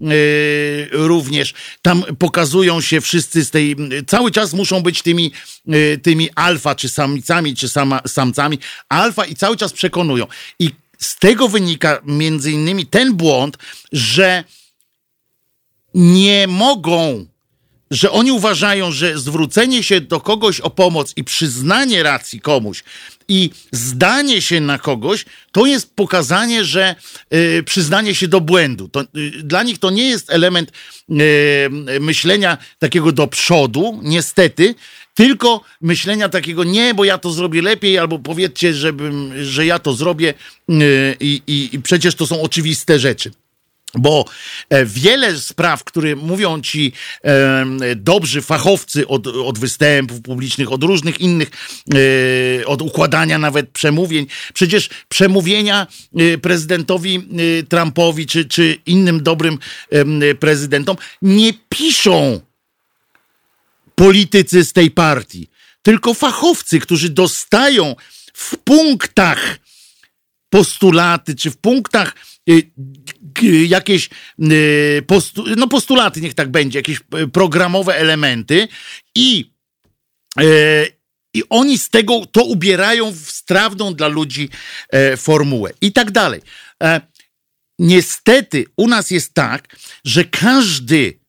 również. Tam pokazują się wszyscy z tej... Cały czas muszą być tymi, tymi alfa, czy samicami, czy sama, samcami. Alfa i cały czas przekonują. I z tego wynika między innymi ten błąd, że nie mogą, że oni uważają, że zwrócenie się do kogoś o pomoc i przyznanie racji komuś i zdanie się na kogoś, to jest pokazanie, że y, przyznanie się do błędu. To, y, dla nich to nie jest element y, myślenia takiego do przodu, niestety, tylko myślenia takiego, nie, bo ja to zrobię lepiej, albo powiedzcie, żebym, że ja to zrobię yy, i, i przecież to są oczywiste rzeczy. Bo wiele spraw, które mówią ci e, dobrzy fachowcy od, od występów publicznych, od różnych innych, e, od układania nawet przemówień, przecież przemówienia e, prezydentowi e, Trumpowi czy, czy innym dobrym e, prezydentom nie piszą politycy z tej partii, tylko fachowcy, którzy dostają w punktach postulaty, czy w punktach y, y, jakieś y, postu, no postulaty, niech tak będzie, jakieś programowe elementy i, y, i oni z tego to ubierają w strawną dla ludzi y, formułę i tak dalej. E, niestety u nas jest tak, że każdy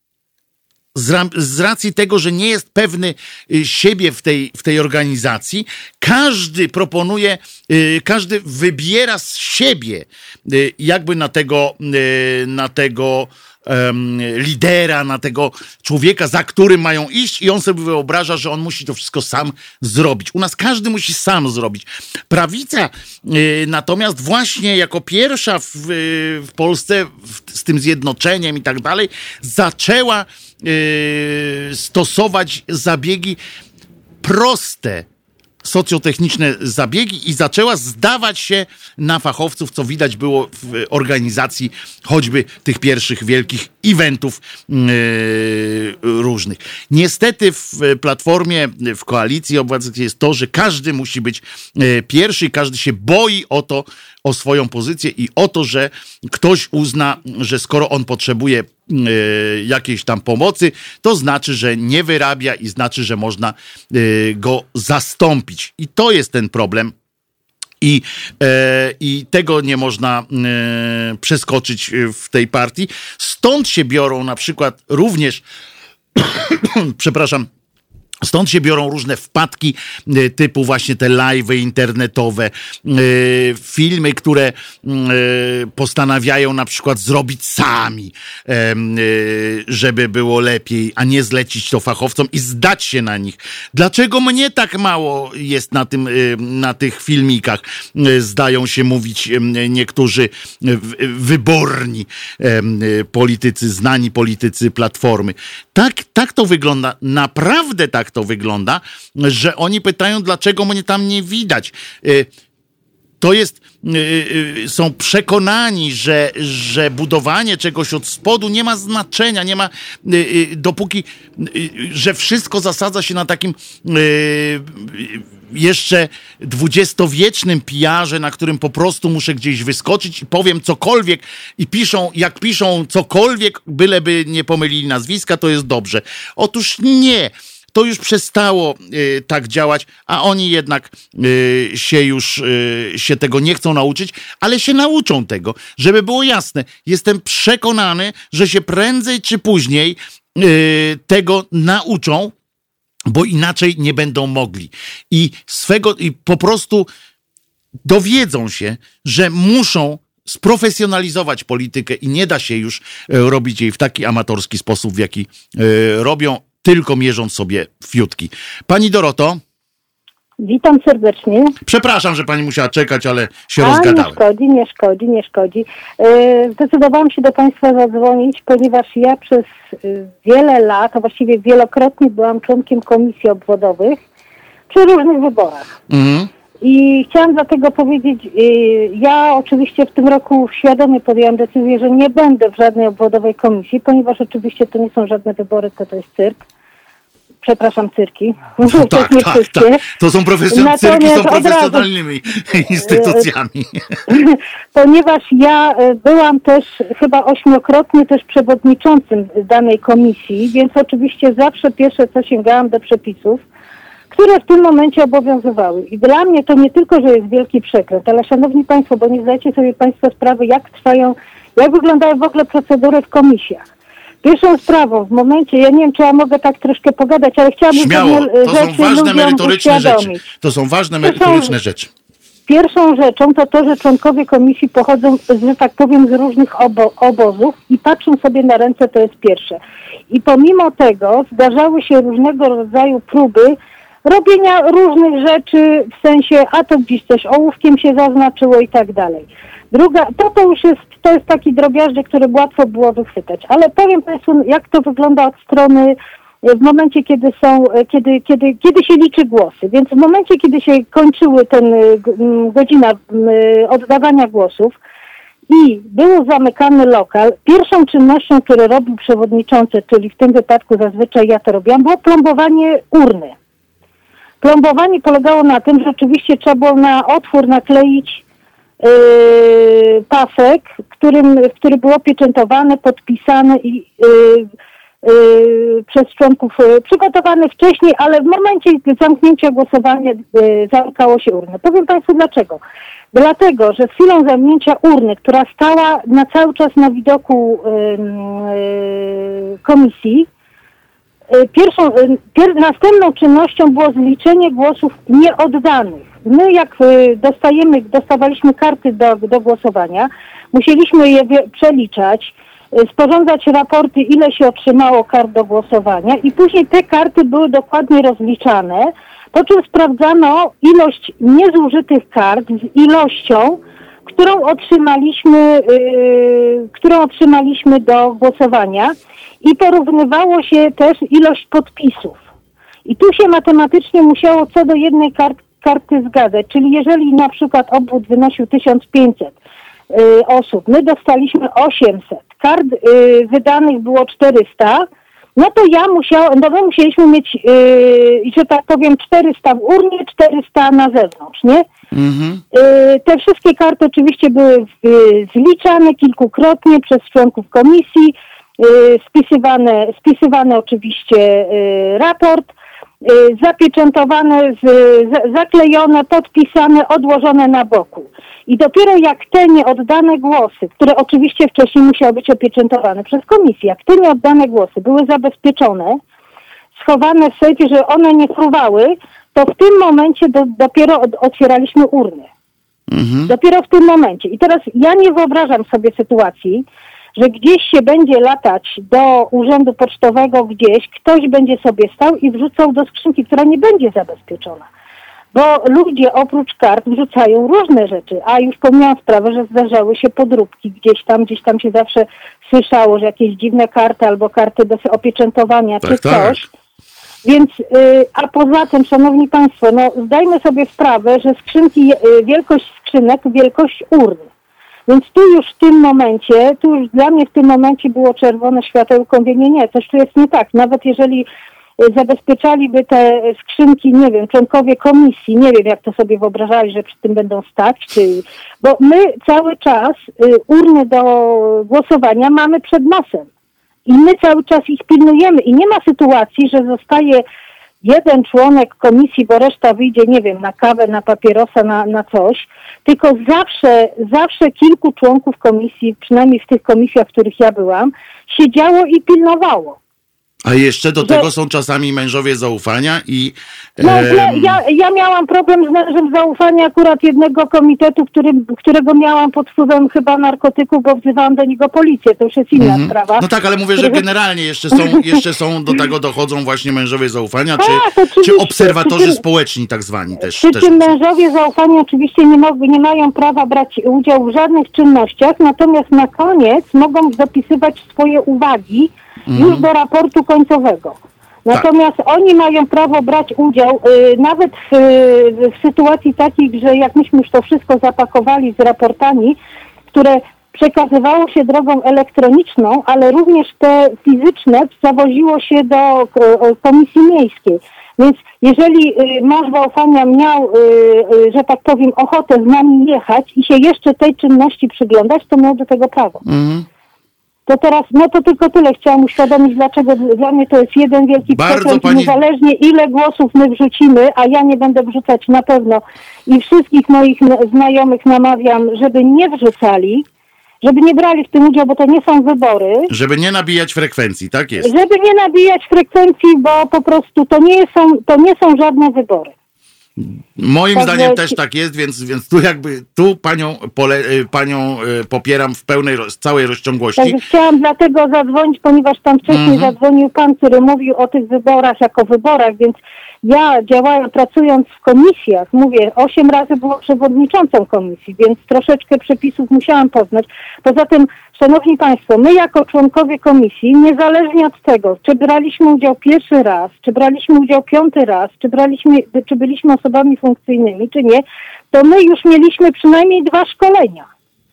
z racji tego, że nie jest pewny siebie w tej, w tej organizacji, każdy proponuje, każdy wybiera z siebie jakby na tego, na tego um, lidera, na tego człowieka, za którym mają iść i on sobie wyobraża, że on musi to wszystko sam zrobić. U nas każdy musi sam zrobić. Prawica y, natomiast właśnie jako pierwsza w, w Polsce w, z tym zjednoczeniem i tak dalej zaczęła y, stosować zabiegi proste, socjotechniczne zabiegi i zaczęła zdawać się na fachowców, co widać było w organizacji choćby tych pierwszych wielkich eventów yy, różnych. Niestety w Platformie, w Koalicji Obywatelskiej jest to, że każdy musi być yy, pierwszy, każdy się boi o to, o swoją pozycję i o to, że ktoś uzna, że skoro on potrzebuje jakiejś tam pomocy, to znaczy, że nie wyrabia i znaczy, że można go zastąpić. I to jest ten problem. I, e, I tego nie można e, przeskoczyć w tej partii. Stąd się biorą na przykład również, przepraszam, stąd się biorą różne wpadki typu właśnie te live'y internetowe, filmy, które postanawiają na przykład zrobić sami, żeby było lepiej, a nie zlecić to fachowcom i zdać się na nich. Dlaczego mnie tak mało jest na tym, na tych filmikach? Zdają się mówić niektórzy wyborni politycy, znani politycy Platformy. Tak, tak to wygląda. Naprawdę tak to wygląda, że oni pytają, dlaczego mnie tam nie widać. To jest, są przekonani, że, że budowanie czegoś od spodu nie ma znaczenia, nie ma, dopóki, że wszystko zasadza się na takim jeszcze dwudziestowiecznym pijarze, na którym po prostu muszę gdzieś wyskoczyć i powiem cokolwiek i piszą, jak piszą cokolwiek, byleby nie pomylili nazwiska, to jest dobrze. Otóż nie. To już przestało y, tak działać, a oni jednak y, się już y, się tego nie chcą nauczyć, ale się nauczą tego, żeby było jasne. Jestem przekonany, że się prędzej czy później y, tego nauczą, bo inaczej nie będą mogli. I swego i po prostu dowiedzą się, że muszą sprofesjonalizować politykę i nie da się już y, robić jej w taki amatorski sposób, w jaki y, robią, tylko mierząc sobie fiutki. Pani Doroto? Witam serdecznie. Przepraszam, że pani musiała czekać, ale się A, rozgadałem. Nie szkodzi, nie szkodzi, nie szkodzi. Yy, zdecydowałam się do państwa zadzwonić, ponieważ ja przez yy, wiele lat, a właściwie wielokrotnie byłam członkiem komisji obwodowych przy różnych wyborach. Mhm. I chciałam dlatego powiedzieć, yy, ja oczywiście w tym roku świadomie podjęłam decyzję, że nie będę w żadnej obwodowej komisji, ponieważ oczywiście to nie są żadne wybory, to to jest cyrk. Przepraszam, cyrki. No tak, tak, tak. To są profesjon- cyrki są profesjonalnymi razu, instytucjami. Ponieważ ja byłam też chyba ośmiokrotnie też przewodniczącym danej komisji, więc oczywiście zawsze pierwsze co sięgałam do przepisów, które w tym momencie obowiązywały. I dla mnie to nie tylko, że jest wielki przekręt, ale szanowni państwo, bo nie zdajecie sobie państwo sprawy, jak trwają, jak wyglądają w ogóle procedury w komisjach. Pierwszą sprawą w momencie, ja nie wiem, czy ja mogę tak troszkę pogadać, ale chciałabym Śmiało, to rzeczy są ważne merytoryczne rzeczy. To są ważne merytoryczne są, rzeczy. Pierwszą rzeczą to to, że członkowie komisji pochodzą, że tak powiem, z różnych obo- obozów i patrzą sobie na ręce, to jest pierwsze. I pomimo tego zdarzały się różnego rodzaju próby robienia różnych rzeczy, w sensie, a to gdzieś coś ołówkiem się zaznaczyło i tak dalej. Druga, to to już jest, to jest taki drobiażdżek, który łatwo było wychwytać. Ale powiem państwu, jak to wygląda od strony, w momencie, kiedy są, kiedy, kiedy, kiedy się liczy głosy. Więc w momencie, kiedy się kończyły ten godzina oddawania głosów i był zamykany lokal, pierwszą czynnością, którą robił przewodniczący, czyli w tym wypadku zazwyczaj ja to robiłam, było plombowanie urny. Plombowanie polegało na tym, że oczywiście trzeba było na otwór nakleić Yy, pasek, którym, który był opieczętowany, podpisany i yy, yy, przez członków yy, przygotowany wcześniej, ale w momencie zamknięcia głosowania yy, zamykało się urnę. Powiem państwu dlaczego. Dlatego, że z chwilą zamknięcia urny, która stała na cały czas na widoku yy, yy, komisji, Pierwszą, pier, następną czynnością było zliczenie głosów nieoddanych. My jak dostajemy, dostawaliśmy karty do, do głosowania, musieliśmy je przeliczać, sporządzać raporty, ile się otrzymało kart do głosowania i później te karty były dokładnie rozliczane, po czym sprawdzano ilość niezużytych kart z ilością, którą otrzymaliśmy, yy, którą otrzymaliśmy do głosowania i porównywało się też ilość podpisów. I tu się matematycznie musiało co do jednej kart, karty zgadzać, czyli jeżeli na przykład obwód wynosił tysiąc pięćset yy, osób, my dostaliśmy osiemset, kart yy, wydanych było czterysta, no to ja musiałam, no my musieliśmy mieć, yy, że tak powiem, czterysta w urnie, czterysta na zewnątrz, nie? Mhm. Yy, te wszystkie karty oczywiście były yy, zliczane kilkukrotnie przez członków komisji spisywany, spisywany oczywiście raport, zapieczętowane, zaklejone, podpisane, odłożone na boku. I dopiero jak te nieoddane głosy, które oczywiście wcześniej musiały być opieczętowane przez komisję, jak te nieoddane głosy były zabezpieczone, schowane w sejfie, że one nie fruwały, to w tym momencie do, dopiero od, otwieraliśmy urny. Mhm. Dopiero w tym momencie. I teraz ja nie wyobrażam sobie sytuacji, że gdzieś się będzie latać do urzędu pocztowego gdzieś, ktoś będzie sobie stał i wrzucał do skrzynki, która nie będzie zabezpieczona. Bo ludzie oprócz kart wrzucają różne rzeczy, a już pomijam sprawę, że zdarzały się podróbki gdzieś tam, gdzieś tam się zawsze słyszało, że jakieś dziwne karty albo karty bez opieczętowania tak, czy coś. Tak. Więc, yy, a poza tym, szanowni państwo, no zdajmy sobie sprawę, że skrzynki, yy, wielkość skrzynek, wielkość urn. Więc tu już w tym momencie, tu już dla mnie w tym momencie było czerwone światełko, mówię, nie, nie, coś tu jest nie tak. Nawet jeżeli zabezpieczaliby te skrzynki, nie wiem, członkowie komisji, nie wiem jak to sobie wyobrażali, że przy tym będą stać, czy... bo my cały czas y, urny do głosowania mamy przed nosem i my cały czas ich pilnujemy i nie ma sytuacji, że zostaje jeden członek komisji, bo reszta wyjdzie, nie wiem, na kawę, na papierosa, na, na coś, tylko zawsze, zawsze kilku członków komisji, przynajmniej w tych komisjach, w których ja byłam, siedziało i pilnowało. A jeszcze do że... tego są czasami mężowie zaufania i... No, em... ja, ja miałam problem z mężem zaufania akurat jednego komitetu, który, którego miałam pod wpływem chyba narkotyków, bo wzywałam do niego policję, to już jest inna mm-hmm. sprawa. No tak, ale mówię, że generalnie jeszcze są, jeszcze są do tego dochodzą właśnie mężowie zaufania, tak, czy, czy obserwatorzy tym, społeczni tak zwani też. Przy też czym mężowie zaufania oczywiście nie, mogą, nie mają prawa brać udziału w żadnych czynnościach, natomiast na koniec mogą zapisywać swoje uwagi już mm. do raportu końcowego. Natomiast tak. oni mają prawo brać udział y, nawet w, w sytuacji takich, że jak myśmy już to wszystko zapakowali z raportami, które przekazywało się drogą elektroniczną, ale również te fizyczne zawoziło się do y, komisji miejskiej. Więc jeżeli y, mąż zaufania miał, y, y, że tak powiem, ochotę z nami jechać i się jeszcze tej czynności przyglądać, to miał do tego prawo. Mm. To teraz, no to tylko tyle chciałam uświadomić, dlaczego dla mnie to jest jeden wielki procent, pani... niezależnie ile głosów my wrzucimy, a ja nie będę wrzucać na pewno i wszystkich moich znajomych namawiam, żeby nie wrzucali, żeby nie brali w tym udział, bo to nie są wybory. Żeby nie nabijać frekwencji, tak jest. Żeby nie nabijać frekwencji, bo po prostu to nie są, to nie są żadne wybory. Moim tak zdaniem że... też tak jest, więc, więc tu jakby tu panią, pole, panią popieram w pełnej, całej rozciągłości. Tak, chciałam dlatego zadzwonić, ponieważ tam wcześniej mm-hmm. zadzwonił pan, który mówił o tych wyborach jako wyborach, więc ja działając, pracując w komisjach, mówię, osiem razy byłam przewodniczącą komisji, więc troszeczkę przepisów musiałam poznać. Poza tym, szanowni państwo, my jako członkowie komisji, niezależnie od tego, czy braliśmy udział pierwszy raz, czy braliśmy udział piąty raz, czy braliśmy, czy byliśmy osobami funkcyjnymi, czy nie, to my już mieliśmy przynajmniej dwa szkolenia.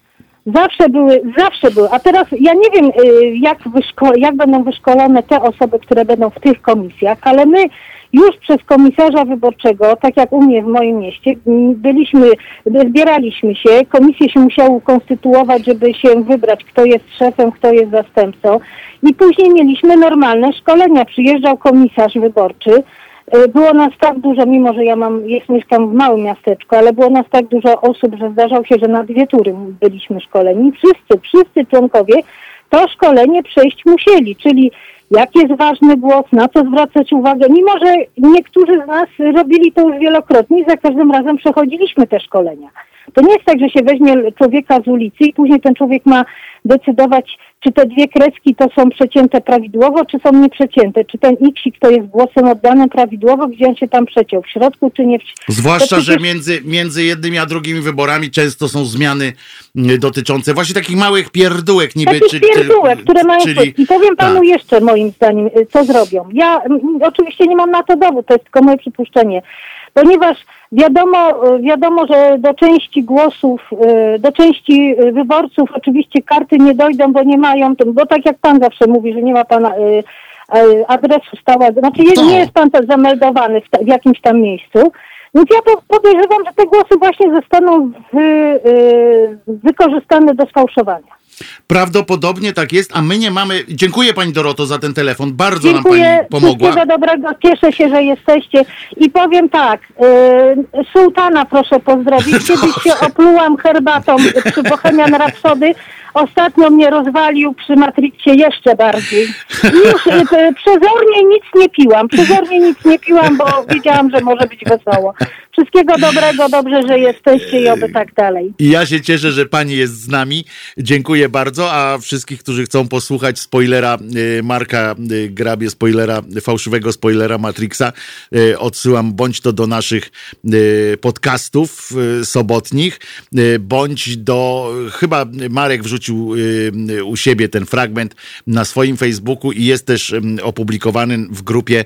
Zawsze były, zawsze były. A teraz ja nie wiem, jak, wyszko- jak będą wyszkolone te osoby, które będą w tych komisjach, ale my już przez komisarza wyborczego, tak jak u mnie w moim mieście, byliśmy, zbieraliśmy się, komisje się musiały ukonstytuować, żeby się wybrać, kto jest szefem, kto jest zastępcą i później mieliśmy normalne szkolenia. Przyjeżdżał komisarz wyborczy, było nas tak dużo, mimo że ja mam, jest, mieszkam w małym miasteczku, ale było nas tak dużo osób, że zdarzało się, że na dwie tury byliśmy szkoleni. Wszyscy, wszyscy członkowie to szkolenie przejść musieli, czyli jaki jest ważny głos, na co zwracać uwagę, mimo że niektórzy z nas robili to już wielokrotnie i za każdym razem przechodziliśmy te szkolenia. To nie jest tak, że się weźmie człowieka z ulicy i później ten człowiek ma decydować, czy te dwie kreski to są przecięte prawidłowo, czy są nieprzecięte, czy ten iksik to jest głosem oddanym prawidłowo, gdzie on się tam przeciął, w środku czy nie w środku. Zwłaszcza, przecież... że między, między jednymi a drugimi wyborami często są zmiany dotyczące właśnie takich małych pierdółek niby. Takich czy, pierdółek, czy, które mają... czyli... I powiem panu tak. jeszcze moim zdaniem, co zrobią. Ja m, oczywiście nie mam na to dowód, to jest tylko moje przypuszczenie, ponieważ Wiadomo, wiadomo, że do części głosów, do części wyborców oczywiście karty nie dojdą, bo nie mają, bo tak jak pan zawsze mówi, że nie ma pana adresu stałego, znaczy nie jest pan tam zameldowany w, ta, w jakimś tam miejscu, więc ja podejrzewam, że te głosy właśnie zostaną wy, wykorzystane do sfałszowania. Prawdopodobnie tak jest, a my nie mamy... Dziękuję pani Doroto za ten telefon, bardzo Dziękuję, nam pani pomogła. Wszystkiego dobrego, cieszę się, że jesteście i powiem tak, yy, sułtana proszę pozdrowić, kiedyś się oplułam herbatą przy Bohemian Rhapsody, ostatnio mnie rozwalił przy Matrixie jeszcze bardziej. I już yy, przezornie nic nie piłam, przezornie nic nie piłam, bo wiedziałam, że może być wesoło. Wszystkiego dobrego, dobrze, że jesteście i oby tak dalej. I ja się cieszę, że pani jest z nami. Dziękuję bardzo, a wszystkich, którzy chcą posłuchać spoilera y, Marka y, Grabie, spoilera, fałszywego spoilera Matrixa, y, odsyłam bądź to do naszych y, podcastów y, sobotnich, y, bądź do, chyba Marek wrzucił y, u siebie ten fragment na swoim Facebooku i jest też y, opublikowany w grupie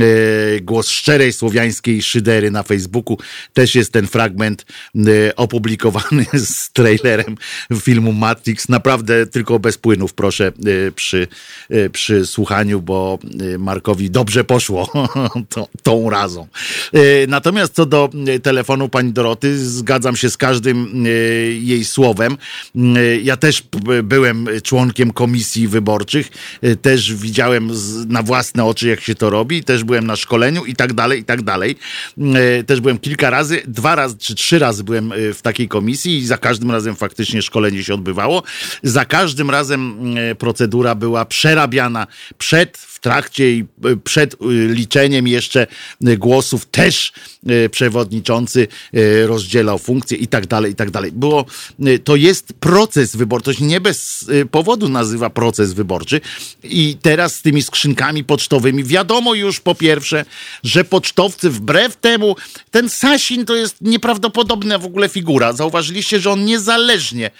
y, Głos Szczerej Słowiańskiej Szydery na Facebooku. Też jest ten fragment y, opublikowany z trailerem filmu Matrix. Naprawdę tylko bez płynów, proszę, y, przy, y, przy słuchaniu, bo y, Markowi dobrze poszło tą, tą razą. Y, natomiast co do y, telefonu pani Doroty, zgadzam się z każdym y, jej słowem. Y, ja też p- byłem członkiem komisji wyborczych, y, też widziałem z, na własne oczy, jak się to robi, też byłem na szkoleniu i tak dalej, i tak dalej. Y, też byłem kilka razy, dwa razy czy trzy razy byłem w takiej komisji i za każdym razem faktycznie szkolenie się odbywało. Za każdym razem procedura była przerabiana przed, w trakcie i przed liczeniem jeszcze głosów. Też przewodniczący rozdzielał funkcje i tak dalej, i tak dalej. Było, to jest proces wyborczy, to się nie bez powodu nazywa proces wyborczy i teraz z tymi skrzynkami pocztowymi wiadomo już po pierwsze, że pocztowcy wbrew temu, ten Sasin to jest nieprawdopodobna w ogóle figura. Zauważyliście, że on niezależnie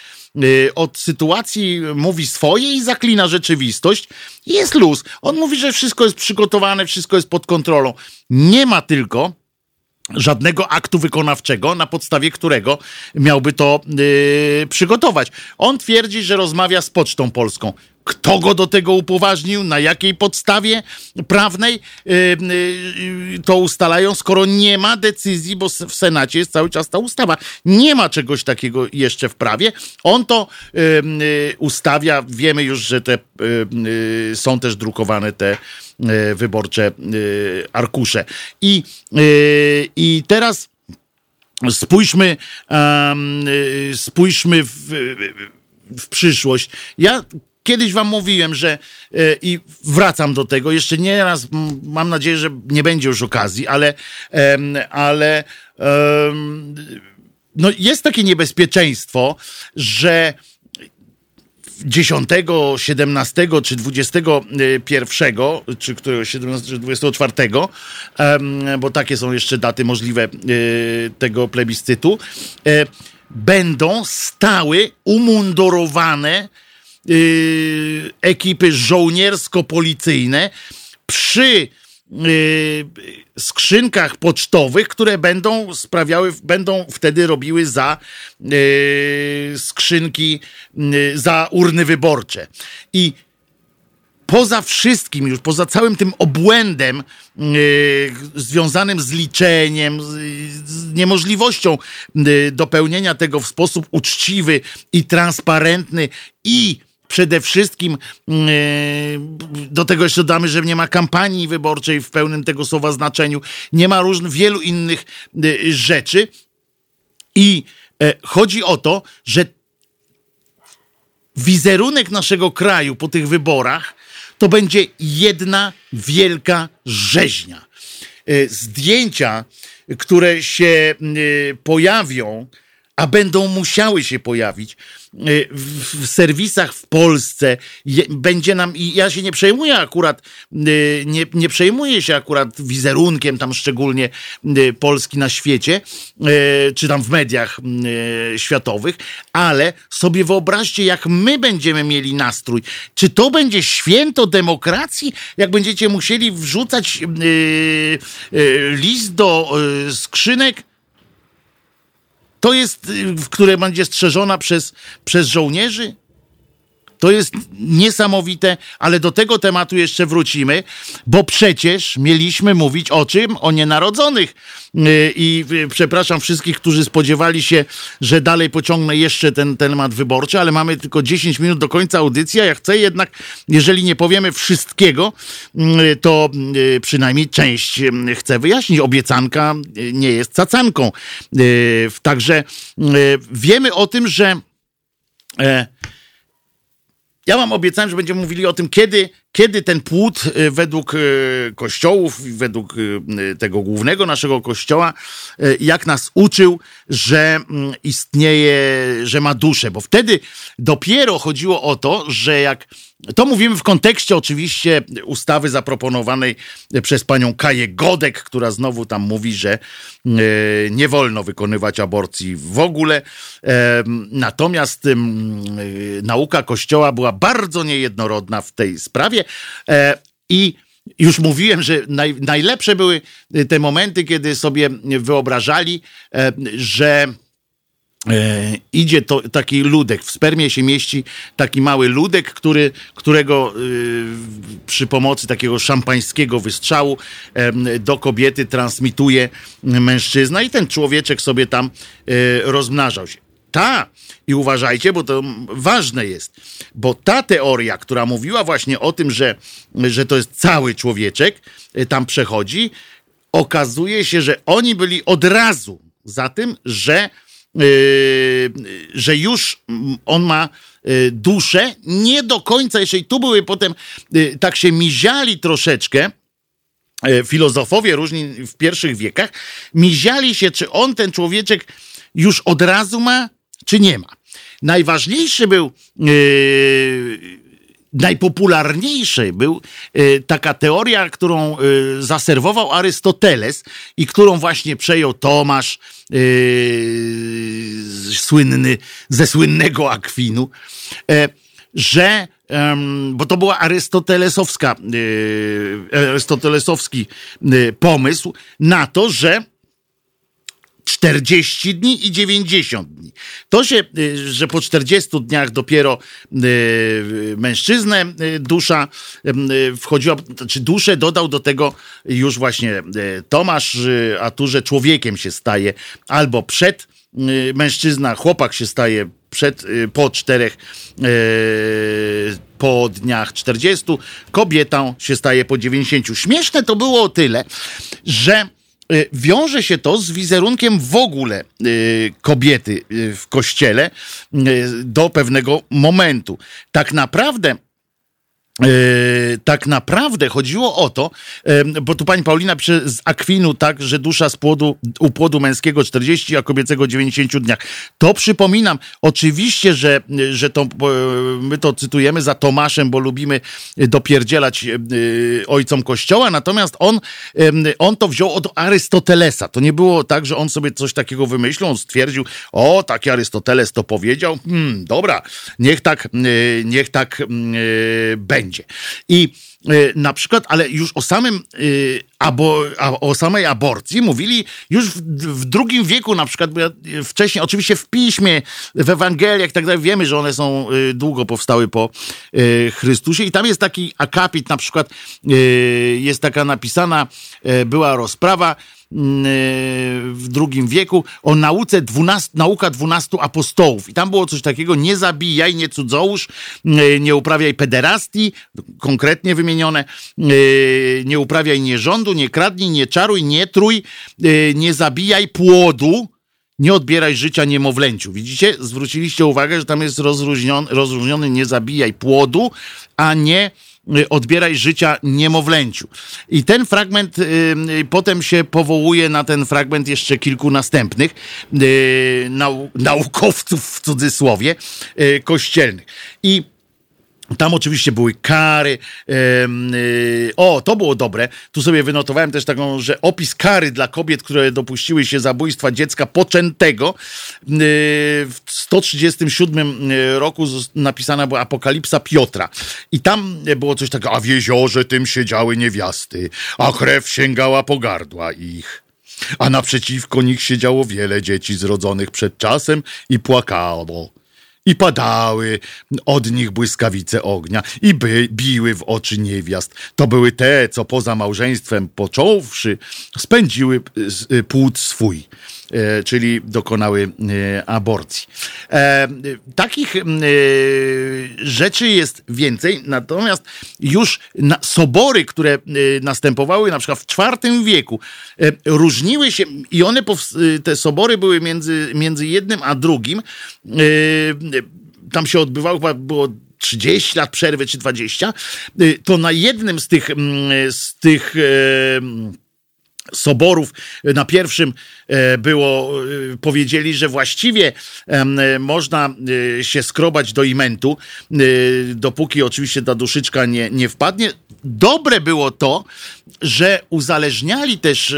od sytuacji mówi swoje i zaklina rzeczywistość. Jest luz. On mówi, że wszystko jest przygotowane, wszystko jest pod kontrolą. Nie ma tylko żadnego aktu wykonawczego, na podstawie którego miałby to yy, przygotować. On twierdzi, że rozmawia z Pocztą Polską. Kto go do tego upoważnił? Na jakiej podstawie prawnej yy, yy, to ustalają, skoro nie ma decyzji, bo w Senacie jest cały czas ta ustawa. Nie ma czegoś takiego jeszcze w prawie. On to yy, yy, ustawia. Wiemy już, że te yy, yy, są też drukowane te yy, wyborcze yy, arkusze. I, yy, i teraz spójrzmy, um, yy, spójrzmy w, w przyszłość. Ja kiedyś wam mówiłem, że yy, i wracam do tego, jeszcze nie raz, m, mam nadzieję, że nie będzie już okazji, ale, yy, ale yy, no jest takie niebezpieczeństwo, że dziesiątego, siedemnastego czy dwudziestego pierwszego, czy któregoś siedemnastego czy dwudziestego czwartego, um, bo takie są jeszcze daty możliwe y, tego plebiscytu, y, będą stały umundurowane y, ekipy żołniersko-policyjne przy y, skrzynkach pocztowych, które będą sprawiały, będą wtedy robiły za y, skrzynki, y, za urny wyborcze. I poza wszystkim już, poza całym tym obłędem y, związanym z liczeniem, z, z niemożliwością y, dopełnienia tego w sposób uczciwy i transparentny i przede wszystkim yy, do tego jeszcze dodamy, że nie ma kampanii wyborczej w pełnym tego słowa znaczeniu, nie ma różnych, wielu innych yy, rzeczy i yy, chodzi o to, że wizerunek naszego kraju po tych wyborach to będzie jedna wielka rzeźnia. Yy, zdjęcia, które się yy, pojawią, a będą musiały się pojawić w serwisach w Polsce, będzie nam, i ja się nie przejmuję akurat, nie, nie przejmuję się akurat wizerunkiem tam szczególnie Polski na świecie, czy tam w mediach światowych, ale sobie wyobraźcie, jak my będziemy mieli nastrój. Czy to będzie święto demokracji? Jak będziecie musieli wrzucać list do skrzynek, to jest, które będzie strzeżona przez, przez żołnierzy? To jest niesamowite, ale do tego tematu jeszcze wrócimy, bo przecież mieliśmy mówić o czym? O nienarodzonych. I przepraszam wszystkich, którzy spodziewali się, że dalej pociągnę jeszcze ten temat wyborczy, ale mamy tylko dziesięć minut do końca audycji, a ja chcę jednak, jeżeli nie powiemy wszystkiego, to przynajmniej część chcę wyjaśnić. Obiecanka nie jest cacanką. Także wiemy o tym, że ja wam obiecałem, że będziemy mówili o tym, kiedy, kiedy ten płód według kościołów, według tego głównego naszego kościoła, jak nas uczył, że istnieje, że ma duszę. Bo wtedy dopiero chodziło o to, że jak... To mówimy w kontekście oczywiście ustawy zaproponowanej przez panią Kaję Godek, która znowu tam mówi, że nie wolno wykonywać aborcji w ogóle. Natomiast nauka Kościoła była bardzo niejednorodna w tej sprawie i już mówiłem, że naj, najlepsze były te momenty, kiedy sobie wyobrażali, że E, idzie to taki ludek, w spermie się mieści taki mały ludek, który, którego e, przy pomocy takiego szampańskiego wystrzału e, do kobiety transmituje mężczyzna i ten człowieczek sobie tam e, rozmnażał się. Ta, i uważajcie, bo to ważne jest, bo ta teoria, która mówiła właśnie o tym, że, że to jest cały człowieczek, e, tam przechodzi, okazuje się, że oni byli od razu za tym, że Yy, że już on ma yy, duszę, nie do końca, jeżeli tu były potem, yy, tak się miziali troszeczkę, yy, filozofowie różni w pierwszych wiekach, miziali się, czy on, ten człowieczek, już od razu ma, czy nie ma. Najważniejszy był yy, Najpopularniejszy był y, taka teoria, którą y, zaserwował Arystoteles i którą właśnie przejął Tomasz, y, słynny, ze słynnego Akwinu, y, że, y, bo to była arystotelesowska, y, arystotelesowski y, pomysł na to, że czterdzieści dni i dziewięćdziesiąt dni. To się, że po czterdziestu dniach dopiero mężczyznę dusza wchodziła, czy duszę dodał do tego już właśnie Tomasz, a tu, że człowiekiem się staje albo przed mężczyzna, chłopak się staje przed, po czterech, po dniach czterdziestu, kobietą się staje po dziewięćdziesięciu. Śmieszne to było o tyle, że wiąże się to z wizerunkiem w ogóle y, kobiety y, w kościele y, do pewnego momentu. Tak naprawdę Yy, tak naprawdę chodziło o to, yy, bo tu pani Paulina pisze z Akwinu, tak, że dusza z płodu, u płodu męskiego czterdzieści, a kobiecego dziewięćdziesięciu dniach. To przypominam, oczywiście, że, że to, yy, my to cytujemy za Tomaszem, bo lubimy dopierdzielać yy, ojcom Kościoła, natomiast on, yy, on to wziął od Arystotelesa. To nie było tak, że on sobie coś takiego wymyślił, on stwierdził, o, taki Arystoteles to powiedział, hmm, dobra, niech tak, yy, niech tak yy, będzie. I y, na przykład, ale już o samym y, abo, a, o samej aborcji mówili już w, w drugim wieku, na przykład, bo ja wcześniej, oczywiście w piśmie, w Ewangeliach i tak dalej, wiemy, że one są y, długo powstały po y, Chrystusie i tam jest taki akapit, na przykład y, jest taka napisana, y, była rozprawa w drugim wieku o nauce dwunastu, nauka dwunastu apostołów. I tam było coś takiego, nie zabijaj, nie cudzołóż, nie uprawiaj pederastii, konkretnie wymienione, nie uprawiaj nierządu, nie kradnij, nie czaruj, nie trój, nie zabijaj płodu, nie odbieraj życia niemowlęciu. Widzicie? Zwróciliście uwagę, że tam jest rozróżniony, rozróżniony nie zabijaj płodu, a nie odbieraj życia niemowlęciu. I ten fragment y, potem się powołuje na ten fragment jeszcze kilku następnych y, nau, naukowców w cudzysłowie y, kościelnych. I tam oczywiście były kary. Yy, yy, o, to było dobre. Tu sobie wynotowałem też taką, że opis kary dla kobiet, które dopuściły się zabójstwa dziecka poczętego. Yy, w sto trzydziestym siódmym roku napisana była Apokalipsa Piotra. I tam było coś takiego, a w jeziorze tym siedziały niewiasty, a krew sięgała po gardła ich. A naprzeciwko nich siedziało wiele dzieci zrodzonych przed czasem i płakało. i padały od nich błyskawice ognia i by, biły w oczy niewiast. To były te, co poza małżeństwem począwszy, spędziły płód swój, e, czyli dokonały e, aborcji. E, takich e, rzeczy jest więcej, natomiast już na, sobory, które e, następowały na przykład w czwartym wieku, e, różniły się i one, powst- te sobory były między, między jednym a drugim. E, tam się odbywało, chyba było trzydzieści lat przerwy, czy dwadzieścia, e, to na jednym z tych, z tych e, soborów, na pierwszym było, powiedzieli, że właściwie można się skrobać do imentu, dopóki oczywiście ta duszyczka nie, nie wpadnie. Dobre było to, że uzależniali też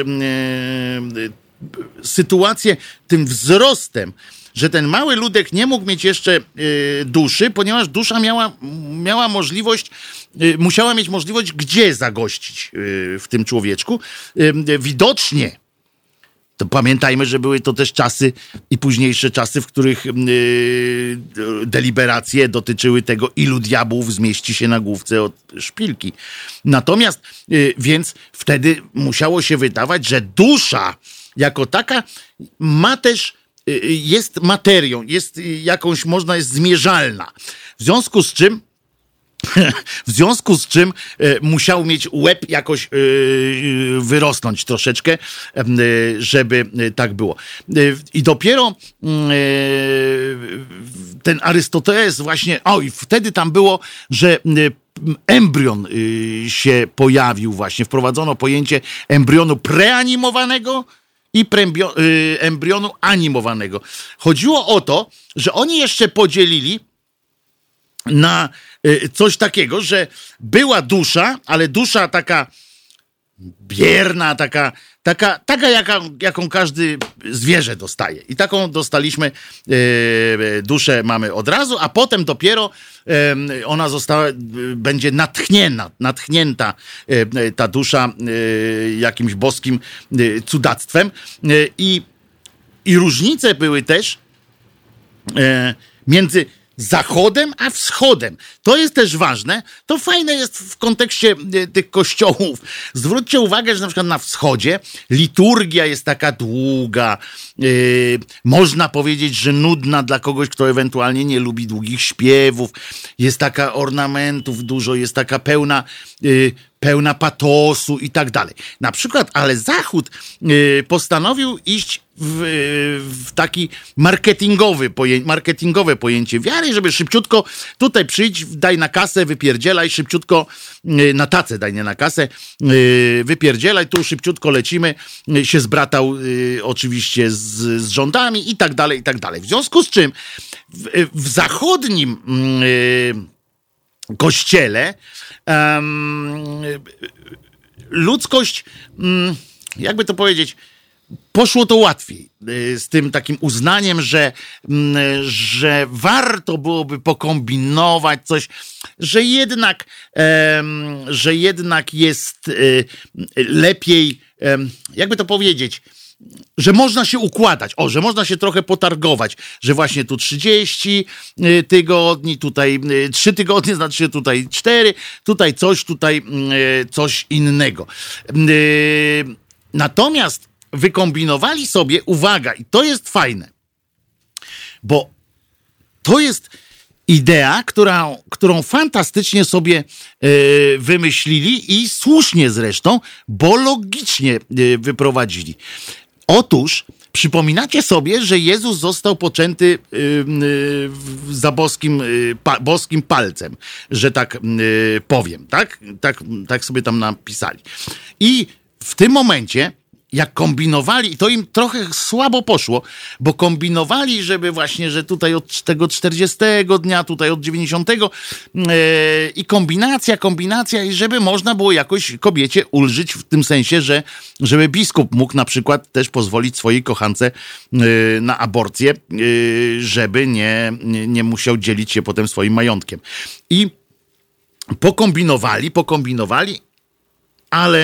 sytuację tym wzrostem, że ten mały ludek nie mógł mieć jeszcze y, duszy, ponieważ dusza miała, miała możliwość, y, musiała mieć możliwość, gdzie zagościć y, w tym człowieczku. Y, y, widocznie, to pamiętajmy, że były to też czasy i późniejsze czasy, w których y, deliberacje dotyczyły tego, ilu diabłów zmieści się na główce od szpilki. Natomiast, y, więc wtedy musiało się wydawać, że dusza jako taka ma też jest materią, jest jakąś, można, jest zmierzalna. W związku z czym w związku z czym e, musiał mieć łeb jakoś e, wyrosnąć troszeczkę, e, żeby e, tak było. E, I dopiero e, ten Arystoteles właśnie, o i wtedy tam było, że e, embrion e, się pojawił właśnie, wprowadzono pojęcie embrionu preanimowanego i prembio, y, embrionu animowanego. Chodziło o to, że oni jeszcze podzielili na y, coś takiego, że była dusza, ale dusza taka bierna, taka, taka, taka jaka, jaką każdy zwierzę dostaje. I taką dostaliśmy, y, duszę mamy od razu, a potem dopiero y, ona została, y, będzie natchnięta, natchnięta y, ta dusza y, jakimś boskim y, cudactwem. Y, i, I różnice były też y, między zachodem a wschodem. To jest też ważne. To fajne jest w kontekście y, tych kościołów. Zwróćcie uwagę, że na przykład na wschodzie liturgia jest taka długa. Y, można powiedzieć, że nudna dla kogoś, kto ewentualnie nie lubi długich śpiewów. Jest taka ornamentów dużo, jest taka pełna y, pełna patosu i tak dalej. Na przykład, ale Zachód y, postanowił iść w, w taki marketingowy poję, marketingowe pojęcie wiary, żeby szybciutko tutaj przyjdź, daj na kasę, wypierdzielaj, szybciutko y, na tacę, daj nie na kasę, y, wypierdzielaj, tu szybciutko lecimy, y, się zbratał y, oczywiście z, z rządami i tak dalej, i tak dalej. W związku z czym w, w zachodnim y, kościele um, ludzkość, um, jakby to powiedzieć, poszło to łatwiej z tym takim uznaniem, że, że warto byłoby pokombinować coś, że jednak, że jednak jest lepiej, jakby to powiedzieć, że można się układać, o, że można się trochę potargować, że właśnie tu trzydzieści tygodni, tutaj trzy tygodnie, znaczy tutaj cztery, tutaj coś, tutaj coś innego. Natomiast wykombinowali sobie, uwaga, i to jest fajne, bo to jest idea, która, którą fantastycznie sobie y, wymyślili i słusznie zresztą, bo logicznie y, wyprowadzili. Otóż przypominacie sobie, że Jezus został poczęty y, y, za boskim, y, pa, boskim palcem, że tak y, powiem, tak? tak? Tak sobie tam napisali. I w tym momencie, jak kombinowali, i to im trochę słabo poszło, bo kombinowali, żeby właśnie, że tutaj od tego czterdziestego dnia, tutaj od dziewięćdziesiątego yy, i kombinacja, kombinacja, i żeby można było jakoś kobiecie ulżyć w tym sensie, że żeby biskup mógł na przykład też pozwolić swojej kochance yy, na aborcję, yy, żeby nie, nie, nie musiał dzielić się potem swoim majątkiem. I pokombinowali, pokombinowali, ale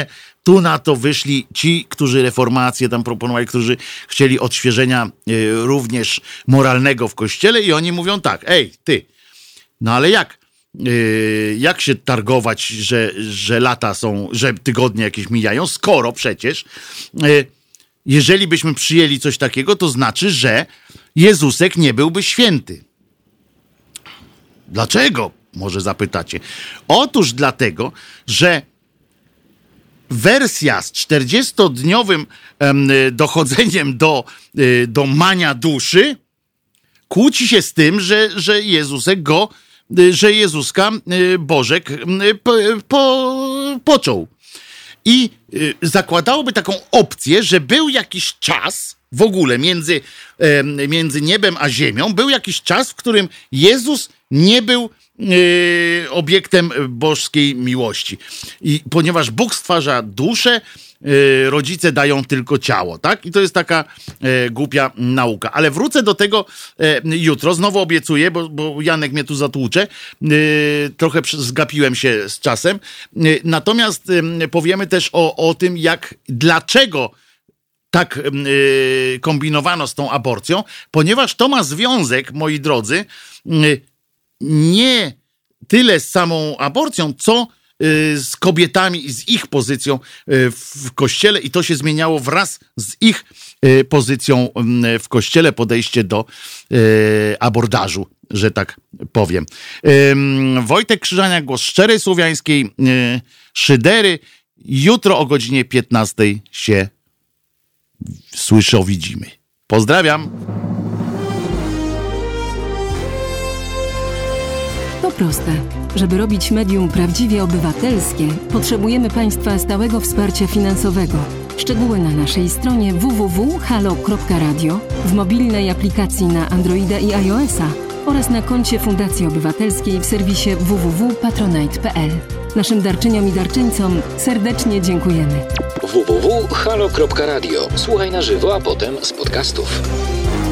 tu na to wyszli ci, którzy reformację tam proponowali, którzy chcieli odświeżenia y, również moralnego w Kościele i oni mówią tak, ej, ty, no ale jak, y, jak się targować, że, że lata są, że tygodnie jakieś mijają, skoro przecież y, jeżeli byśmy przyjęli coś takiego, to znaczy, że Jezusek nie byłby święty. Dlaczego? Może zapytacie. Otóż dlatego, że wersja z czterdziestodniowym em, dochodzeniem do, y, do mania duszy kłóci się z tym, że, że Jezusek go, y, że Jezuska y, Bożek y, po, po, począł. I y, zakładałoby taką opcję, że był jakiś czas w ogóle między, y, między niebem a ziemią, był jakiś czas, w którym Jezus nie był y, obiektem boskiej miłości. I ponieważ Bóg stwarza duszę, y, rodzice dają tylko ciało, tak? I to jest taka y, głupia nauka. Ale wrócę do tego y, jutro, znowu obiecuję, bo, bo Janek mnie tu zatłucze. Y, trochę zgapiłem się z czasem. Y, natomiast y, powiemy też o, o tym, jak, dlaczego tak y, kombinowano z tą aborcją, ponieważ to ma związek, moi drodzy, y, nie tyle z samą aborcją, co y, z kobietami i z ich pozycją y, w Kościele i to się zmieniało wraz z ich y, pozycją y, w Kościele, podejście do y, abordażu, że tak powiem. Y, Wojtek Krzyżaniak, głos szczerej słowiańskiej y, szydery. Jutro o godzinie piętnastej się słyszę, widzimy. Pozdrawiam. To proste. Żeby robić medium prawdziwie obywatelskie, potrzebujemy Państwa stałego wsparcia finansowego. Szczegóły na naszej stronie w w w kropka halo kropka radio, w mobilnej aplikacji na Androida i iOS-a oraz na koncie Fundacji Obywatelskiej w serwisie w w w kropka patronite kropka p l. Naszym darczyniom i darczyńcom serdecznie dziękujemy. w w w kropka halo kropka radio. Słuchaj na żywo, a potem z podcastów.